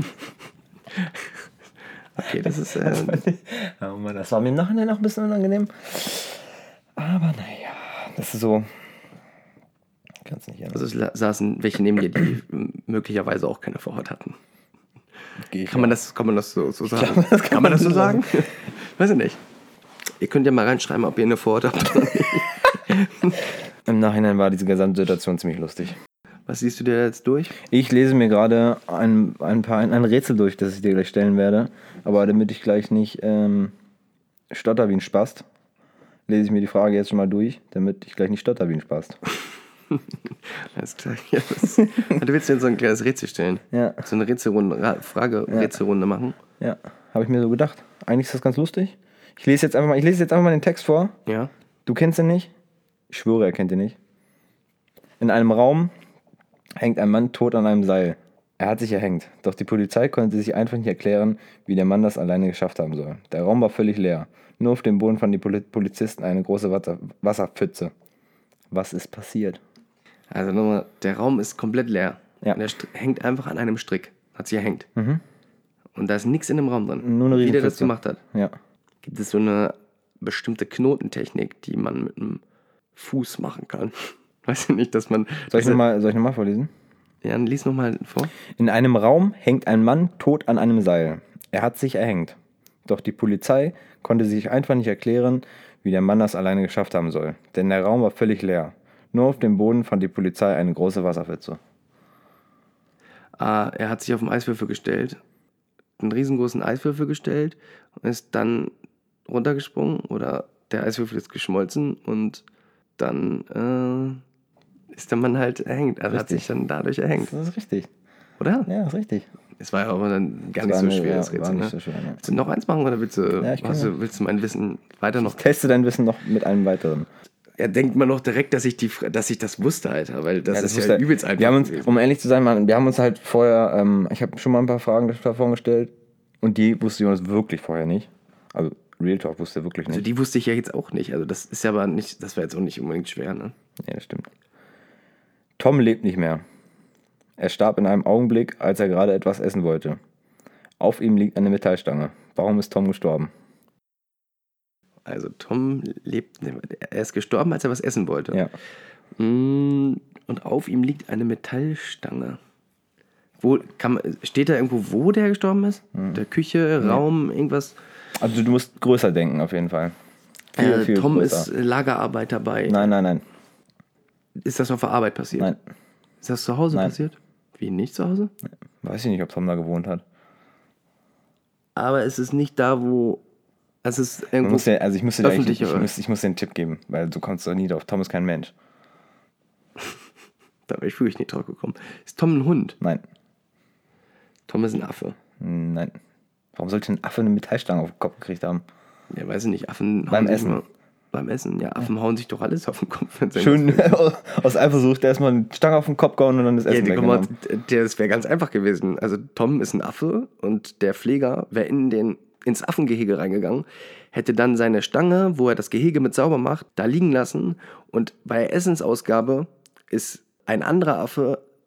Okay, das ist. Äh, oh Mann, das war mir im Nachhinein auch ein bisschen unangenehm. Aber naja, das ist so. Kann's nicht ändern. Also es saßen welche neben dir, die möglicherweise auch keine Vorhaut hatten. Geht, kann, man ja. das, kann man das so, so sagen? glaube, das kann kann man das so man so sagen? Weiß ich nicht. Ihr könnt ja mal reinschreiben, ob ihr eine Vorhaut habt. Im Nachhinein war diese gesamte Situation ziemlich lustig. Was siehst du dir jetzt durch? Ich lese mir gerade ein, ein, paar, ein, ein Rätsel durch, das ich dir gleich stellen werde. Aber damit ich gleich nicht ähm, stotter wie ein Spast, lese ich mir die Frage jetzt schon mal durch, damit ich gleich nicht stotter wie ein Spast. Alles klar. Ja, das, du willst dir so ein kleines Rätsel stellen? Ja. So eine Rätselrunde, Frage-Rätselrunde machen? Ja, habe ich mir so gedacht. Eigentlich ist das ganz lustig. Ich lese jetzt einfach mal, ich lese jetzt einfach mal den Text vor. Ja. Du kennst ihn nicht? Ich schwöre, er kennt ihn nicht. In einem Raum hängt ein Mann tot an einem Seil. Er hat sich erhängt, doch die Polizei konnte sich einfach nicht erklären, wie der Mann das alleine geschafft haben soll. Der Raum war völlig leer. Nur auf dem Boden fanden die Polizisten eine große Wasser- Wasserpfütze. Was ist passiert? Also nochmal, der Raum ist komplett leer. Ja. Und der St- hängt einfach an einem Strick. Hat sich erhängt. Mhm. Und da ist nichts in dem Raum drin. Nur eine Wie der das Riesenpfütze. gemacht hat. Ja. Gibt es so eine bestimmte Knotentechnik, die man mit einem Fuß machen kann? Weiß ich nicht, dass man... Soll ich nochmal noch mal vorlesen? Ja, dann lies nochmal vor. In einem Raum hängt ein Mann tot an einem Seil. Er hat sich erhängt. Doch die Polizei konnte sich einfach nicht erklären, wie der Mann das alleine geschafft haben soll. Denn der Raum war völlig leer. Nur auf dem Boden fand die Polizei eine große Wasserpfütze. Ah, er hat sich auf den Eiswürfel gestellt, einen riesengroßen Eiswürfel gestellt und ist dann runtergesprungen oder der Eiswürfel ist geschmolzen und dann äh, ist der Mann halt erhängt. Also hat Richtig. sich dann dadurch erhängt, Das ist richtig. oder? Ja, das ist richtig. Es war ja aber dann gar nicht war so eine- schwer, ja, das war Rätsel. nicht Ne? so schwer, ja. Willst du noch eins machen oder willst du, Ja, ich kann hast ja. du, willst du mein Wissen weiter noch... Teste dein Wissen noch mit einem weiteren. Er denkt man noch direkt, dass ich, die, dass ich das wusste, Alter, weil das, Ja, ist wusste ja er. übelst einfach Wir haben uns, gewesen. um ehrlich zu sein, Mann, wir haben uns halt vorher, ähm, ich habe schon mal ein paar Fragen davon gestellt und die wusste Jonas wirklich vorher nicht. Also Real Talk wusste er wirklich Also nicht. die wusste ich ja jetzt auch nicht. Also das ist ja aber nicht, das wäre jetzt auch nicht unbedingt schwer, ne? Ja, das stimmt. Tom lebt nicht mehr. Er starb in einem Augenblick, als er gerade etwas essen wollte. Auf ihm liegt eine Metallstange. Warum ist Tom gestorben? Also Tom lebt, er ist gestorben, als er was essen wollte. Ja. Mm, Und auf ihm liegt eine Metallstange. Wo, kann man, steht da irgendwo, wo der gestorben ist? Der Küche, Raum, irgendwas? Also du musst größer denken auf jeden Fall. Viel, Äh, viel Tom größer. ist Lagerarbeiter bei. Nein, nein, nein. Ist das auf der Arbeit passiert? Nein. Ist das zu Hause Nein. passiert? Wie, nicht zu Hause? Weiß ich nicht, ob Tom da gewohnt hat. Aber es ist nicht da, wo... Es ist Man irgendwo... muss ja, also ich muss dir da- ich, öffentlich, ich, oder? muss, ich muss dir einen Tipp geben, weil du kommst doch nie drauf. Tom ist kein Mensch. Da wäre ich wirklich nicht drauf gekommen. Ist Tom ein Hund? Nein. Tom ist ein Affe. Nein. Warum sollte ein Affe eine Metallstange auf den Kopf gekriegt haben? Ja, weiß ich nicht. Affen Beim hauen sich Essen. Mal, beim Essen, ja. Affen hauen sich doch alles auf den Kopf. wenn sie Schön irgendwas- aus Eifersucht erstmal eine Stange auf den Kopf gehauen und dann das Ja, Essen die, guck mal, weggenommen. der- das wäre ganz einfach gewesen. Also Tom ist ein Affe und der Pfleger wäre in den, ins Affengehege reingegangen, hätte dann seine Stange, wo er das Gehege mit sauber macht, da liegen lassen und bei Essensausgabe ist ein anderer Affe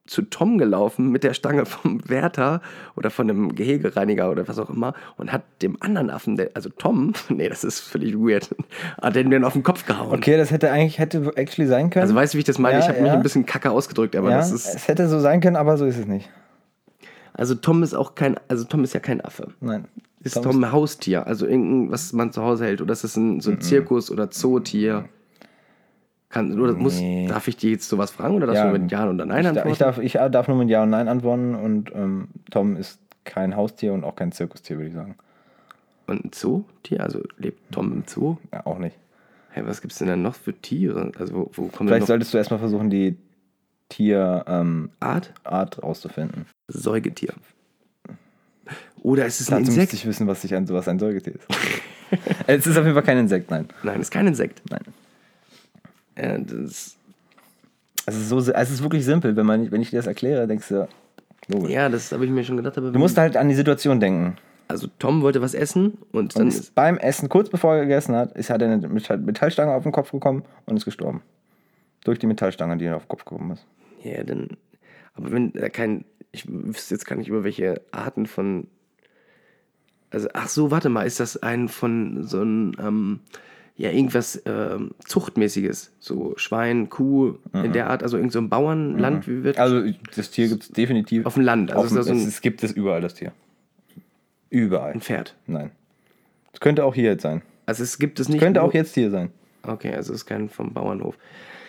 zu Tom gelaufen mit der Stange vom Wärter oder von einem Gehegereiniger oder was auch immer und hat dem anderen Affen, der, also Tom, nee, das ist völlig weird, hat den den auf den Kopf gehauen. Okay, das hätte eigentlich, hätte actually sein können. Also weißt du, wie ich das meine? Ja, ich habe ja. mich ein bisschen kacke ausgedrückt, aber ja, das ist... es hätte so sein können, aber so ist es nicht. Also Tom ist auch kein, also Tom ist ja kein Affe. Nein. Ist Tom Tom ein Haustier? Also irgendein, was man zu Hause hält? Oder ist das ein, so ein Zirkus- oder Zootier? Kann, oder muss, Nee. darf ich dir jetzt sowas fragen oder darfst Ja, du mit Ja oder Nein ich, antworten? ich, darf, ich darf nur mit Ja und Nein antworten und ähm, Tom ist kein Haustier und auch kein Zirkustier, würde ich sagen. Und ein Zootier? Also lebt Tom im Zoo? Ja, auch nicht. Hey, was gibt es denn dann noch für Tiere? Also wo, wo kommen denn Vielleicht noch solltest du erstmal versuchen, die Tierart ähm, Art? Art rauszufinden. Säugetier. Oder ist es ein Dazu müsste Insekt? ich wissen, was, ich ein, was ein Säugetier ist. Es ist auf jeden Fall kein Insekt, nein. Nein, es ist kein Insekt. Nein. Äh, das, Es ist, so, es ist wirklich simpel. Wenn, man, wenn ich dir das erkläre, denkst du, logisch. ja, das habe ich mir schon gedacht. Aber Du musst halt an die Situation denken. also Tom wollte was essen und Und dann ist ist, beim Essen, kurz bevor er gegessen hat, ist, hat er eine Metall- Metallstange auf den Kopf bekommen und ist gestorben. Durch die Metallstange, die ihm auf den Kopf gekommen ist. ja, dann, aber wenn er kein, ich wüsste jetzt gar nicht über welche Arten von, also, ach so, warte mal, ist das ein von so ein, ähm, ja, irgendwas ähm, Zuchtmäßiges, so Schwein, Kuh, in der Art, also irgend so ein Bauernland, wie wird Also das Tier gibt es definitiv. auf dem Land, also auf ist dem, das so ein, es, es gibt es überall, das Tier. Überall. ein Pferd. Nein. Es könnte auch hier jetzt sein. Also es gibt es nicht. Könnte nur- auch jetzt hier sein. Okay, also es ist kein vom Bauernhof.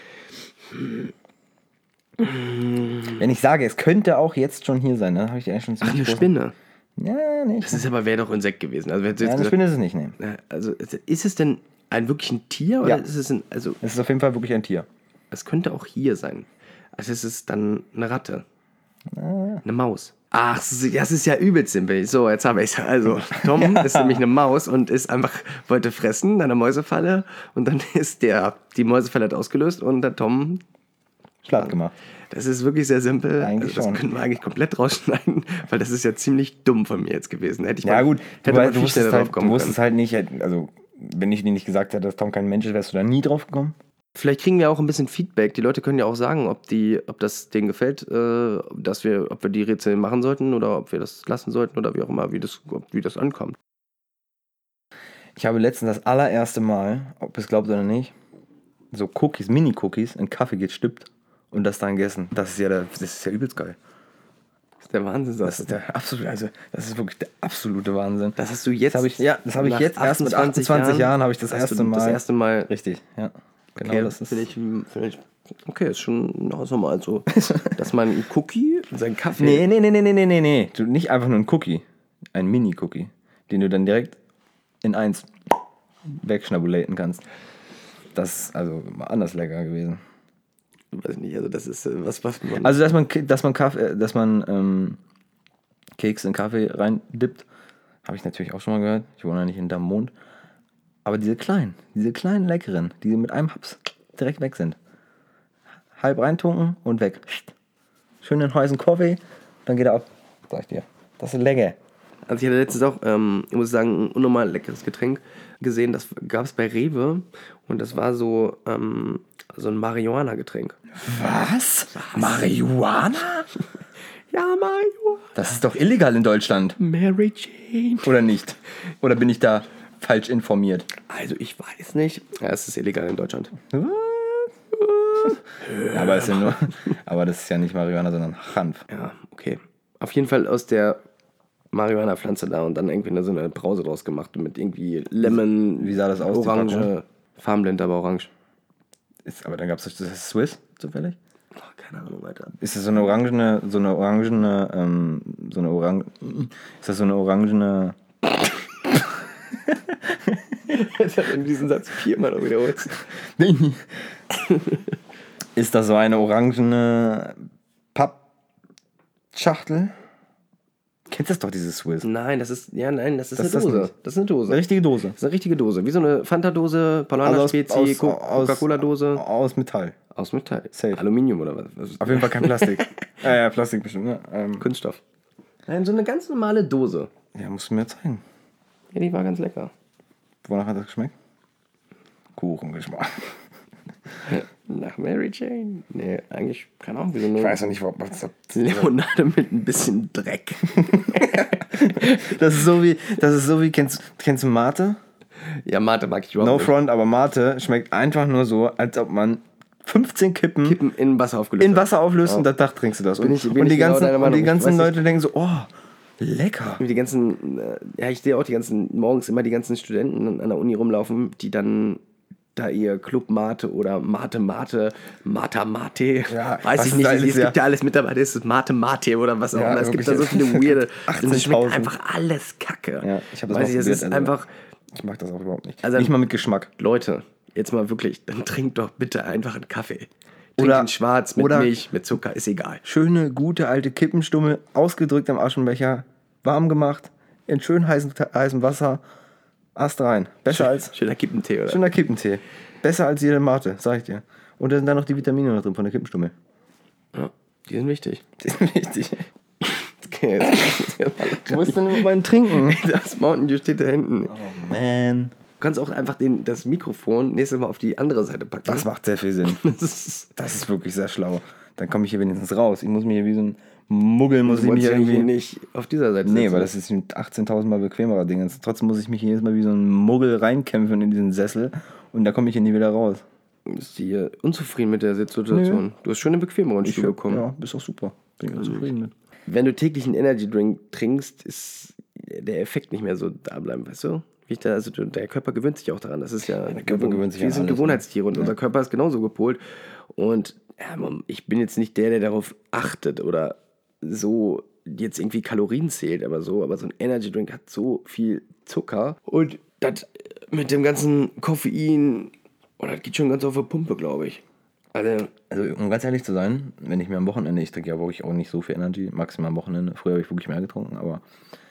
Wenn ich sage, es könnte auch jetzt schon hier sein, dann habe ich dir eigentlich schon Ach, eine ziemlich großen- Spinne. Ja, nicht. Das ist aber, wäre doch Insekt gewesen. Also, wer hätte Ja, jetzt eine gesagt, Spinne ist es nicht, nee. na, also ist es denn ein wirklich ein Tier oder Ja. ist es ein, also Es ist auf jeden Fall wirklich ein Tier. es könnte auch hier sein. Also es ist dann eine Ratte. Eine Maus. Ach, das ist ja übelst simpel. So, jetzt habe ich es. Also, Tom ist nämlich eine Maus und ist einfach, wollte fressen in einer Mäusefalle und dann ist der, die Mäusefalle hat ausgelöst und der Tom, Schlapp gemacht. das ist wirklich sehr simpel. Eigentlich also, das schon. können wir eigentlich komplett rausschneiden, weil das ist ja ziemlich dumm von mir jetzt gewesen. Hätte ich Ja mal, gut, hätte du, man du viel schneller wusstest, drauf halt, du kommen wusstest können. halt nicht, also wenn ich dir nicht gesagt hätte, dass Tom kein Mensch ist, wärst du da nie drauf gekommen. Vielleicht kriegen wir auch ein bisschen Feedback. Die Leute können ja auch sagen, ob, die, ob das denen gefällt, äh, dass wir, ob wir die Rätsel machen sollten oder ob wir das lassen sollten oder wie auch immer, wie das, ob, wie das ankommt. Ich habe letztens das allererste Mal, ob ihr es glaubt oder nicht, so Cookies, Mini-Cookies in Kaffee gestippt und das dann gegessen. Das ist ja, der, das ist ja übelst geil. Das ist der Wahnsinn. Das, Das ist der absolute, also das ist wirklich der absolute Wahnsinn. das hast du jetzt. Das habe ich, ja, das habe ich nach jetzt erst mit achtundzwanzig Jahren, habe ich das hast erste du Mal. Das erste Mal. Richtig, ja. Genau, Okay, das ist. finde ich, finde ich, okay, ist schon ganz normal so, dass man einen Cookie, seinen Kaffee. Nee, nee, nee, nee, nee, nee, nee, nee. Du, nicht einfach nur ein Cookie. Ein Mini-Cookie, den du dann direkt in eins wegschnabulaten kannst. Das ist also mal anders lecker gewesen. Weiß nicht, also das ist äh, was, was man. Also, dass man, dass man, Kaffee, dass man ähm, Keks in Kaffee reindippt, habe ich natürlich auch schon mal gehört. Ich wohne ja nicht hinterm Mond. Aber diese kleinen, diese kleinen leckeren, die mit einem Haps direkt weg sind. Halb reintunken und weg. Schön in heißen Kaffee, dann geht er ab. Sag ich dir. Das ist lecker. Also ich hatte letztens auch, ähm, ich muss sagen, ein unnormal leckeres Getränk gesehen. Das gab es bei Rewe und das war so, ähm, so ein Marihuana-Getränk. Was? Marihuana? Ja, Marihuana. Das ist doch illegal in Deutschland. Mary Jane. Oder nicht? Oder bin ich da falsch informiert? Also ich weiß nicht. Ja, es ist illegal in Deutschland. Ja, aber, ist ja nur, aber das ist ja nicht Marihuana, sondern Hanf. Ja, okay. Auf jeden Fall aus der Marihuana-Pflanze da und dann irgendwie so eine Brause draus gemacht mit irgendwie Lemon, Wie sah das aus, die Orange, Packung? farbenblind, aber orange. Ist, aber dann gab es das ist Swiss zufällig? Oh, keine Ahnung, Alter. Ist das so eine orangene, so eine orangene, ähm, so eine Orang... Ist das so eine orangene... Jetzt hat er diesen Satz viermal noch wiederholt. Ist das so eine orangene Pappschachtel? Kennst das doch, dieses Swiss? Nein, das ist, ja, nein, das ist Das ist eine das Dose. nicht. Das ist eine Dose. Eine richtige Dose. Das ist eine richtige Dose. Wie so eine Fanta-Dose, Paulaner Also aus- Spezi, aus- Co- aus- Coca-Cola-Dose. Aus Metall. Aus Metall. Safe. Aluminium oder was? was? Auf jeden Fall kein Plastik. ja, ja, Plastik bestimmt, ne? Ähm, Kunststoff. Nein, so eine ganz normale Dose. ja, musst du mir zeigen. Ja, die war ganz lecker. Wonach hat das geschmeckt? Kuchengeschmack. Nach Mary Jane? Nee, eigentlich, keine Ahnung, wie so eine Ich weiß noch nicht, warum was das Limonade mit ein bisschen Dreck. Das ist so wie, das ist so wie, kennst, kennst du Mate? Ja, Mate mag ich überhaupt No nicht. front, aber Mate schmeckt einfach nur so, als ob man fünfzehn Kippen, Kippen in Wasser aufgelöst in hat. Wasser auflöst Ja. und danach trinkst du das. Bin Und, ich- bin und ich die genau ganzen, deiner und Meinung. die Ich ganzen weiß nicht- Leute denken so, oh, lecker. Die ganzen, äh, ja, ich sehe auch die ganzen, morgens immer die ganzen Studenten an der Uni rumlaufen, die dann da ihr Club Mate oder Mate Mate, Mata Mate, Ja, weiß was ich es nicht, da es alles, gibt ja. ja alles mit dabei, das ist Mate Mate oder was auch Ja, immer, es gibt da so wirklich. viele weirde, und es schmeckt achtzehntausend. einfach alles Kacke. Ja, ich habe das weiß mal ich, es probiert, ist also- einfach, Ich mag das auch überhaupt nicht. Also- nicht mal mit Geschmack. Leute, jetzt mal wirklich, dann trinkt doch bitte einfach einen Kaffee. Trinkt Oder- ihn schwarz, mit oder- Milch, mit Zucker, ist egal. Schöne, gute, alte Kippenstummel, ausgedrückt am Aschenbecher, warm gemacht, in schön heißem, heißem Wasser, Ast rein. Besser als Schöner Kippentee, oder? schöner Kippentee. Besser als jede Mate, sag ich dir. Und da sind dann noch die Vitamine noch drin von der Kippenstummel. Ja, die sind wichtig. Das ist wichtig. Okay, jetzt- Wo ist denn mit meinem Trinken? das Mountain Dew steht da hinten. Oh man. Du kannst auch einfach den, das Mikrofon nächstes Mal auf die andere Seite packen. Das macht sehr viel Sinn. Das ist, Das ist wirklich sehr schlau. Dann komme ich hier wenigstens raus. Ich muss mir hier wie so ein Muggel, muss du ich mich wolltest ja irgendwie... hier nicht auf dieser Seite Nee, sitzen. weil das ist ein achtzehntausend Mal bequemerer Ding. Jetzt- Trotzdem muss ich mich jedes Mal wie so ein Muggel reinkämpfen in diesen Sessel und da komme ich hier nie wieder raus. Bist du hier unzufrieden mit der Situation? Nö. Du hast schon einen bequemeren Stuhl bekommen. Ja, bist auch super. Bin ich zufrieden mit. Wenn du täglich einen Energy Drink trinkst, ist der Effekt nicht mehr so da bleiben, weißt du? Wie ich da, also du- der Körper gewöhnt sich auch daran. Das ist ja, der Körper gewöhnt sich wir an sind alles, Gewohnheitstiere und ne? unser Körper ist genauso gepolt. Und ja, man- ich bin jetzt nicht der, der darauf achtet oder so jetzt irgendwie Kalorien zählt, aber so, aber so ein Energy Drink hat so viel Zucker und das mit dem ganzen Koffein, oh, das geht schon ganz auf die Pumpe, glaube ich. Also, Also, um ganz ehrlich zu sein, wenn ich mir am Wochenende, ich trinke ja wirklich auch nicht so viel Energy, maximal am Wochenende. Früher habe ich wirklich mehr getrunken, aber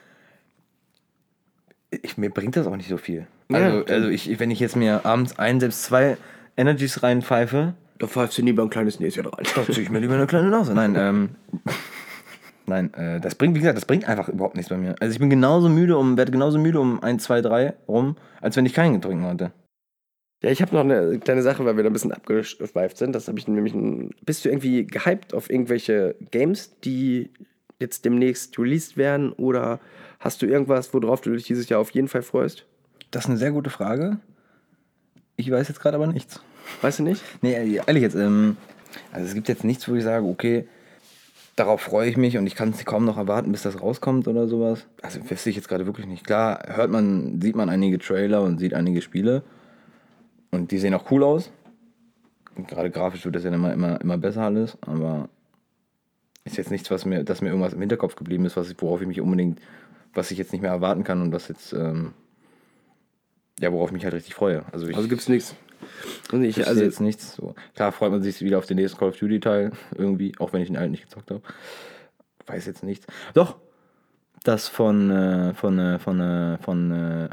ich, mir bringt das auch nicht so viel. Also, Ja, also ich, wenn ich jetzt mir abends ein, selbst zwei Energies reinpfeife, da pfeifst du lieber ein kleines Näschen rein. da ziehe ich mir lieber eine kleine Nase. Nein, ähm, nein, äh, das bringt, wie gesagt, das bringt einfach überhaupt nichts bei mir. Also ich bin genauso müde, um, werde genauso müde um eins, zwei, drei rum, als wenn ich keinen getrunken hatte. Ja, ich habe noch eine kleine Sache, weil wir da ein bisschen abgeschweift sind. Das habe ich nämlich. Ein, bist du irgendwie gehypt auf irgendwelche Games, die jetzt demnächst released werden? Oder hast du irgendwas, worauf du dich dieses Jahr auf jeden Fall freust? Das ist eine sehr gute Frage. Ich weiß jetzt gerade aber nichts. Weißt du nicht? Nee, ehrlich jetzt, ähm, also es gibt jetzt nichts, wo ich sage, okay, darauf freue ich mich und ich kann es kaum noch erwarten, bis das rauskommt oder sowas. Also wüsste ich jetzt gerade wirklich nicht. Klar, hört man, sieht man einige Trailer und sieht einige Spiele und die sehen auch cool aus. Und gerade grafisch wird das ja immer, immer, immer besser alles, aber ist jetzt nichts, was mir, dass mir irgendwas im Hinterkopf geblieben ist, was ich, worauf ich mich unbedingt, was ich jetzt nicht mehr erwarten kann und was jetzt, ähm, ja, worauf ich mich halt richtig freue. Also ich Also gibt's nichts. Und ich, also also jetzt nichts. So. Klar freut man sich wieder auf den nächsten Call of Duty Teil irgendwie, auch wenn ich den alten nicht gezockt habe. Weiß jetzt nichts. Doch, das von äh, von äh, von äh, von äh,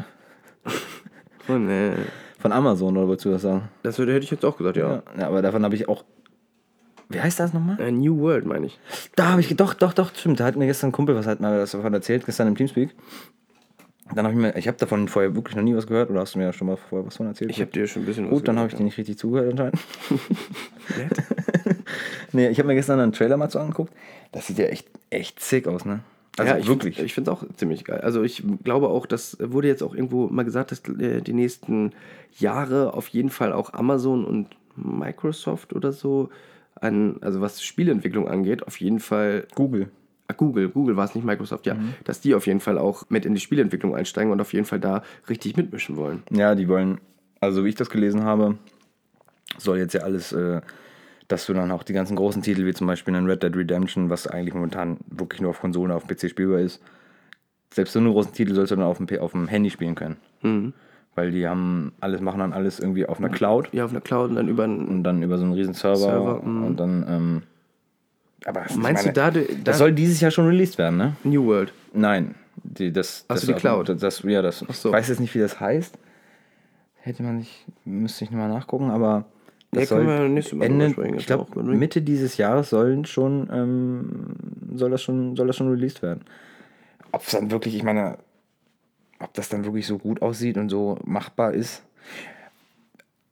oh, nee. von Amazon, oder wolltest du das sagen? Das hätte ich jetzt auch gesagt, ja. Ja, aber davon habe ich auch. Wie heißt das nochmal? Äh, New World, meine ich. Da habe ich ge- doch doch doch stimmt. Da hat mir gestern ein Kumpel was hat mal das davon erzählt gestern im Teamspeak. Dann habe ich mir, ich habe davon vorher wirklich noch nie was gehört, oder hast du mir ja schon mal vorher was von erzählt? Ich habe dir schon ein bisschen was Gut, dann habe ich gesagt, dir nicht richtig zugehört anscheinend. Nett. Nee, ich habe mir gestern einen Trailer mal so angeguckt. Das sieht ja echt, echt sick aus, ne? Also ja, ich, wirklich. Ich finde es auch ziemlich geil. Also ich glaube auch, das wurde jetzt auch irgendwo mal gesagt, dass äh, die nächsten Jahre auf jeden Fall auch Amazon und Microsoft oder so an, also was Spieleentwicklung angeht, auf jeden Fall Google. ah, Google, Google war es nicht Microsoft, ja, Mhm. dass die auf jeden Fall auch mit in die Spieleentwicklung einsteigen und auf jeden Fall da richtig mitmischen wollen. Ja, die wollen, also wie ich das gelesen habe, soll jetzt ja alles, äh, dass du dann auch die ganzen großen Titel, wie zum Beispiel ein Red Dead Redemption, was eigentlich momentan wirklich nur auf Konsolen, auf dem P C spielbar ist, selbst so einen großen Titel sollst du dann auf dem, P- auf dem Handy spielen können. Mhm. Weil die haben alles, machen dann alles irgendwie auf einer Cloud Ja, auf einer Cloud und dann über einen, und dann über so einen riesen Server, Server, mhm. und dann, ähm, aber ich Meinst meine, du da, da das soll dieses Jahr schon released werden, ne? New World? Nein, die, das, Ach das so, die Cloud. Das, das, ja, das, Ach so. Ich weiß jetzt nicht, wie das heißt. Hätte man nicht, müsste ich nochmal nachgucken, aber das Ja, können soll wir nächstes Mal Ende, drüber sprechen, ich ist glaube, auch gut, ne? Mitte dieses Jahres sollen schon, ähm, soll das schon, soll das schon released werden. Ob es dann wirklich, ich meine, ob das dann wirklich so gut aussieht und so machbar ist.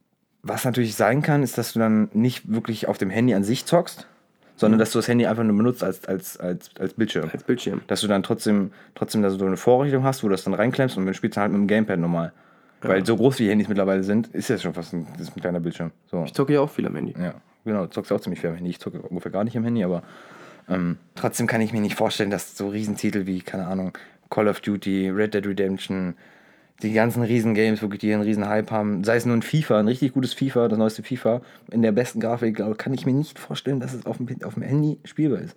was natürlich sein kann, ist, dass du dann nicht wirklich auf dem Handy an sich zockst, sondern mhm. dass du das Handy einfach nur benutzt als, als, als, als Bildschirm. Als Bildschirm. Dass du dann trotzdem, trotzdem dass du eine Vorrichtung hast, wo du das dann reinklemmst und dann spielst du halt mit dem Gamepad normal. Ja. Weil so groß wie die Handys mittlerweile sind, ist das schon fast ein, das ist ein kleiner Bildschirm. So. Ich zocke ja auch viel am Handy. Ja, genau, du zockst auch ziemlich viel am Handy. Ich zocke ungefähr gar nicht am Handy, aber ähm, trotzdem kann ich mir nicht vorstellen, dass so Riesentitel wie, keine Ahnung, Call of Duty, Red Dead Redemption, die ganzen Riesen-Games, wirklich die einen riesen Hype haben, sei es nur ein FIFA, ein richtig gutes FIFA, das neueste FIFA, in der besten Grafik, kann ich mir nicht vorstellen, dass es auf dem, auf dem Handy spielbar ist.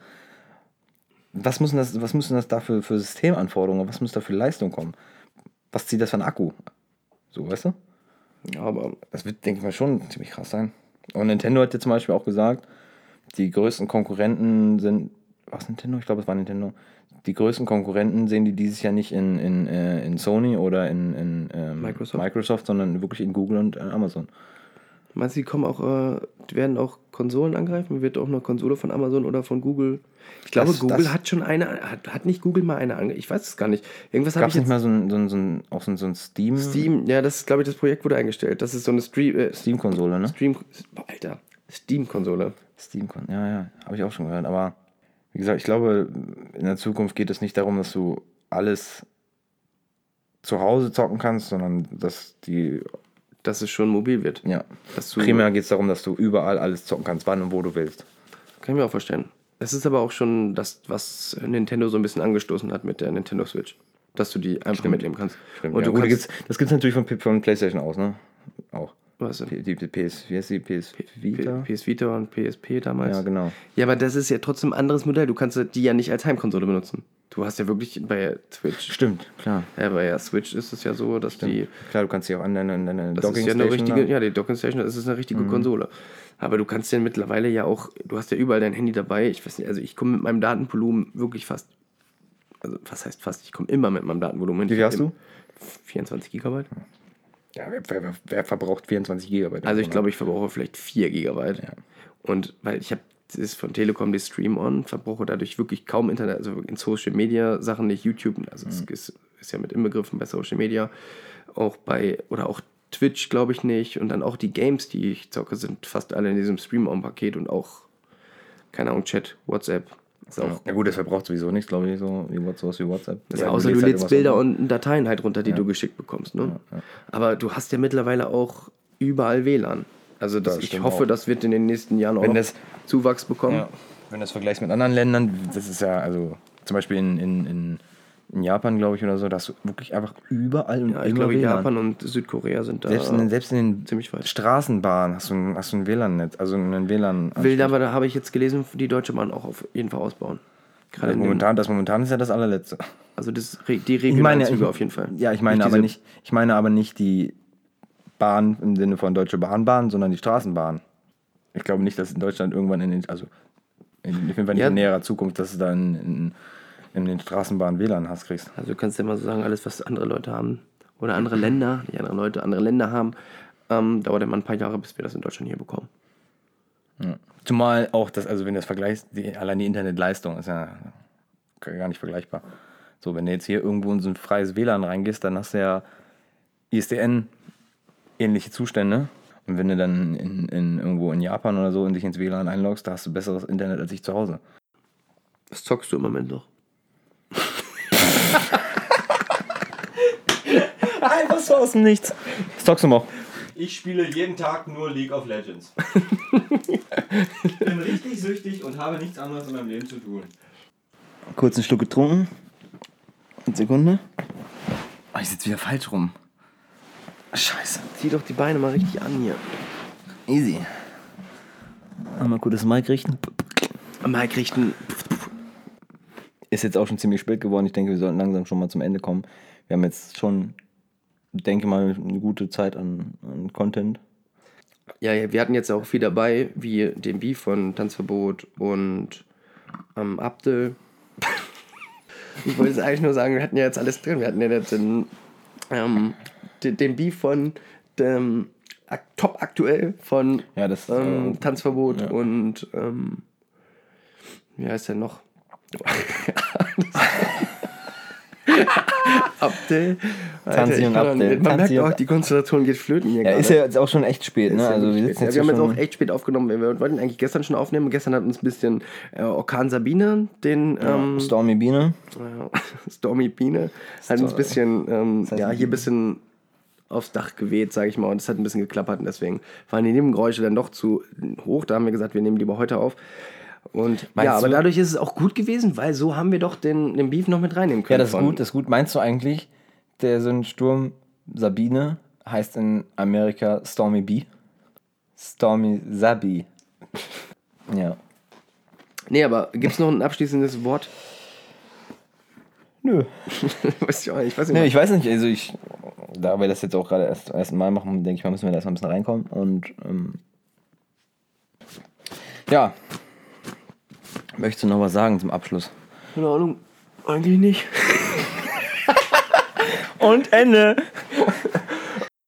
Was müssen das, was müssen das da für, für Systemanforderungen, was muss da für Leistung kommen? Was zieht das für ein Akku? So, weißt du? Ja, aber das wird, denke ich mal, schon ziemlich krass sein. Und Nintendo hat ja zum Beispiel auch gesagt, die größten Konkurrenten sind, was Nintendo? Ich glaube, es war Nintendo. Die größten Konkurrenten sehen die dieses Jahr nicht in, in, in Sony oder in, in ähm, Microsoft. Microsoft, sondern wirklich in Google und äh, Amazon. Meinst du, die kommen auch, äh, die werden auch Konsolen angreifen? Wird auch eine Konsole von Amazon oder von Google? Ich glaube, das, Google das hat schon eine, hat, hat nicht Google mal eine angegriffen? Ich weiß es gar nicht. Irgendwas habe ich jetzt nicht mal so ein, so ein, so ein, auch so ein, so ein Steam? Steam, ja, das ist, glaube ich, das Projekt wurde eingestellt. Das ist so eine Stream, äh, Steam-Konsole, ne? Stream, Alter, Steam-Konsole. Steam-Konsole, ja, ja, habe ich auch schon gehört, aber wie gesagt, ich glaube, in der Zukunft geht es nicht darum, dass du alles zu Hause zocken kannst, sondern dass die... Dass es schon mobil wird. Ja. Dass du Primär geht es darum, dass du überall alles zocken kannst, wann und wo du willst. Kann ich mir auch vorstellen. Es ist aber auch schon das, was Nintendo so ein bisschen angestoßen hat mit der Nintendo Switch. Dass du die einfach Stimmt. mitnehmen kannst. Stimmt, und ja. du Gut, kannst, gibt's, das gibt es natürlich von, von PlayStation aus, ne? Auch. Was denn? Die, die, die P S, wie heißt die? P S Vita? P S Vita und P S P damals. Ja, genau. Ja, aber das ist ja trotzdem ein anderes Modell. Du kannst die ja nicht als Heimkonsole benutzen. Du hast ja wirklich bei Switch. Stimmt, klar. Ja, bei der Switch ist es ja so, dass Stimmt. die. Klar, du kannst sie auch an deine, an deine Das Docking ist ja eine Station richtige, da. ja, die Docking Station, das ist eine richtige Mhm. Konsole. Aber du kannst ja mittlerweile ja auch, du hast ja überall dein Handy dabei. Ich weiß nicht, also ich komme mit meinem Datenvolumen wirklich fast, also was heißt fast, ich komme immer mit meinem Datenvolumen hin. Wie viel hast du? vierundzwanzig Gigabyte. Ja, wer, wer, wer verbraucht vierundzwanzig Gigabyte? Also ich glaube, ich verbrauche vielleicht vier Gigabyte. Ja. Und weil ich habe, das ist von Telekom die Stream-On, verbrauche dadurch wirklich kaum Internet, also in Social Media Sachen nicht, YouTube, also es ist, ist ja mit inbegriffen bei Social Media, auch bei, oder auch Twitch glaube ich nicht, und dann auch die Games, die ich zocke, sind fast alle in diesem Stream-On-Paket und auch, keine Ahnung, Chat, WhatsApp. Ist auch, Ja gut, das verbraucht sowieso nichts, glaube ich, so wie sowas wie WhatsApp. ja, Ja, außer du halt lädst Bilder runter. und Dateien halt runter, die Ja. du geschickt bekommst. Ne? Ja, ja. Aber du hast ja mittlerweile auch überall W L A N. Also das, Das ich stimmt hoffe, auch. das wird in den nächsten Jahren auch Wenn noch das- Zuwachs bekommen. Ja. Wenn du das vergleichst mit anderen Ländern, das ist ja, also zum Beispiel in, in, in, in Japan, glaube ich, oder so, da hast du wirklich einfach überall und Ja, ich immer glaube, W L A N. Japan und Südkorea sind da Selbst in, den, selbst in den ziemlich weit. Straßenbahnen hast du ein, hast du ein W L A N-Netz, also ein W L A N. Will aber, da habe ich jetzt gelesen, die Deutsche Bahn auch auf jeden Fall ausbauen. Gerade Das in den, momentan, das momentan ist ja das allerletzte. also das, Re- die Ich meine, regionalen ja, Züge ich, auf jeden Fall. Ja, ich meine, aber diese- nicht, ich meine aber nicht die Bahn im Sinne von Deutsche Bahnbahn, sondern die Straßenbahn. Ich glaube nicht, dass in Deutschland irgendwann in den, also in, auf jeden Fall nicht Ja. in näherer Zukunft, dass du da in, in, in den Straßenbahnen W L A N hast kriegst. Also du kannst ja immer so sagen, alles, was andere Leute haben oder andere Länder, nicht andere Leute, andere Länder haben, ähm, dauert immer ein paar Jahre, bis wir das in Deutschland hier bekommen. Ja. Zumal auch das, also wenn du das vergleichst, die, allein die Internetleistung ist ja gar nicht vergleichbar. So, wenn du jetzt hier irgendwo in so ein freies W L A N reingehst, dann hast du ja I S D N-ähnliche Zustände. Und wenn du dann in, in irgendwo in Japan oder so in dich ins W L A N einloggst, da hast du besseres Internet als ich zu Hause. Was zockst du im Moment noch? Einfach so aus dem Nichts. Was zockst du noch? Ich spiele jeden Tag nur League of Legends. Ich bin richtig süchtig und habe nichts anderes in meinem Leben zu tun. Kurz einen Schluck getrunken. Eine Sekunde. Oh, ich sitze wieder falsch rum. Scheiße. Zieh doch die Beine mal richtig an hier. Easy. Einmal kurz das Mic richten. Mike richten. Ist jetzt auch schon ziemlich spät geworden. Ich denke, wir sollten langsam schon mal zum Ende kommen. Wir haben jetzt schon, denke mal, eine gute Zeit an, an Content. Ja, ja, wir hatten jetzt auch viel dabei, wie den Beef von Tanzverbot und ähm, Abdel. Ich wollte es eigentlich nur sagen, wir hatten ja jetzt alles drin. Wir hatten ja jetzt den, ähm, den, den Beef von dem ak- Top aktuell von Ja, das ähm, äh, Tanzverbot ja. und ähm, wie heißt der noch? Abdel. Tanzi und kann Abdel. Man merkt Tanzi auch, und- die Konzentration geht flöten hier Ja, gerade. ist ja jetzt auch schon echt spät, Ist ne? ja Also wir wirklich sitzen spät. jetzt ja, wir haben hier jetzt schon, auch echt spät aufgenommen. Wir wollten eigentlich gestern schon aufnehmen. Gestern hat uns ein bisschen äh, Orkan Sabine, den ähm, Stormy Biene. ja, Stormy Biene, hat uns ein bisschen, ähm, Das heißt ja, hier ein bisschen aufs Dach geweht, sage ich mal. Und es hat ein bisschen geklappert. Und deswegen waren die Nebengeräusche dann doch zu hoch. Da haben wir gesagt, wir nehmen lieber heute auf. Und Meinst ja, aber du- dadurch ist es auch gut gewesen, weil so haben wir doch den, den Beef noch mit reinnehmen Ja, können. das ist von- gut, das ist gut. Meinst du eigentlich, der so ein Sturm Sabine heißt in Amerika Stormy B? Stormy Sabi. Ja. Nee, aber gibt es noch ein abschließendes Wort? Nö. weiß ich auch nicht. Ich weiß nicht. Nee, ich weiß nicht, also ich, da wir das jetzt auch gerade erst zum ersten Mal machen, denke ich mal, müssen wir da erstmal ein bisschen reinkommen und ähm, ja. Möchtest du noch was sagen zum Abschluss? Keine Ahnung. Eigentlich nicht. Und Ende.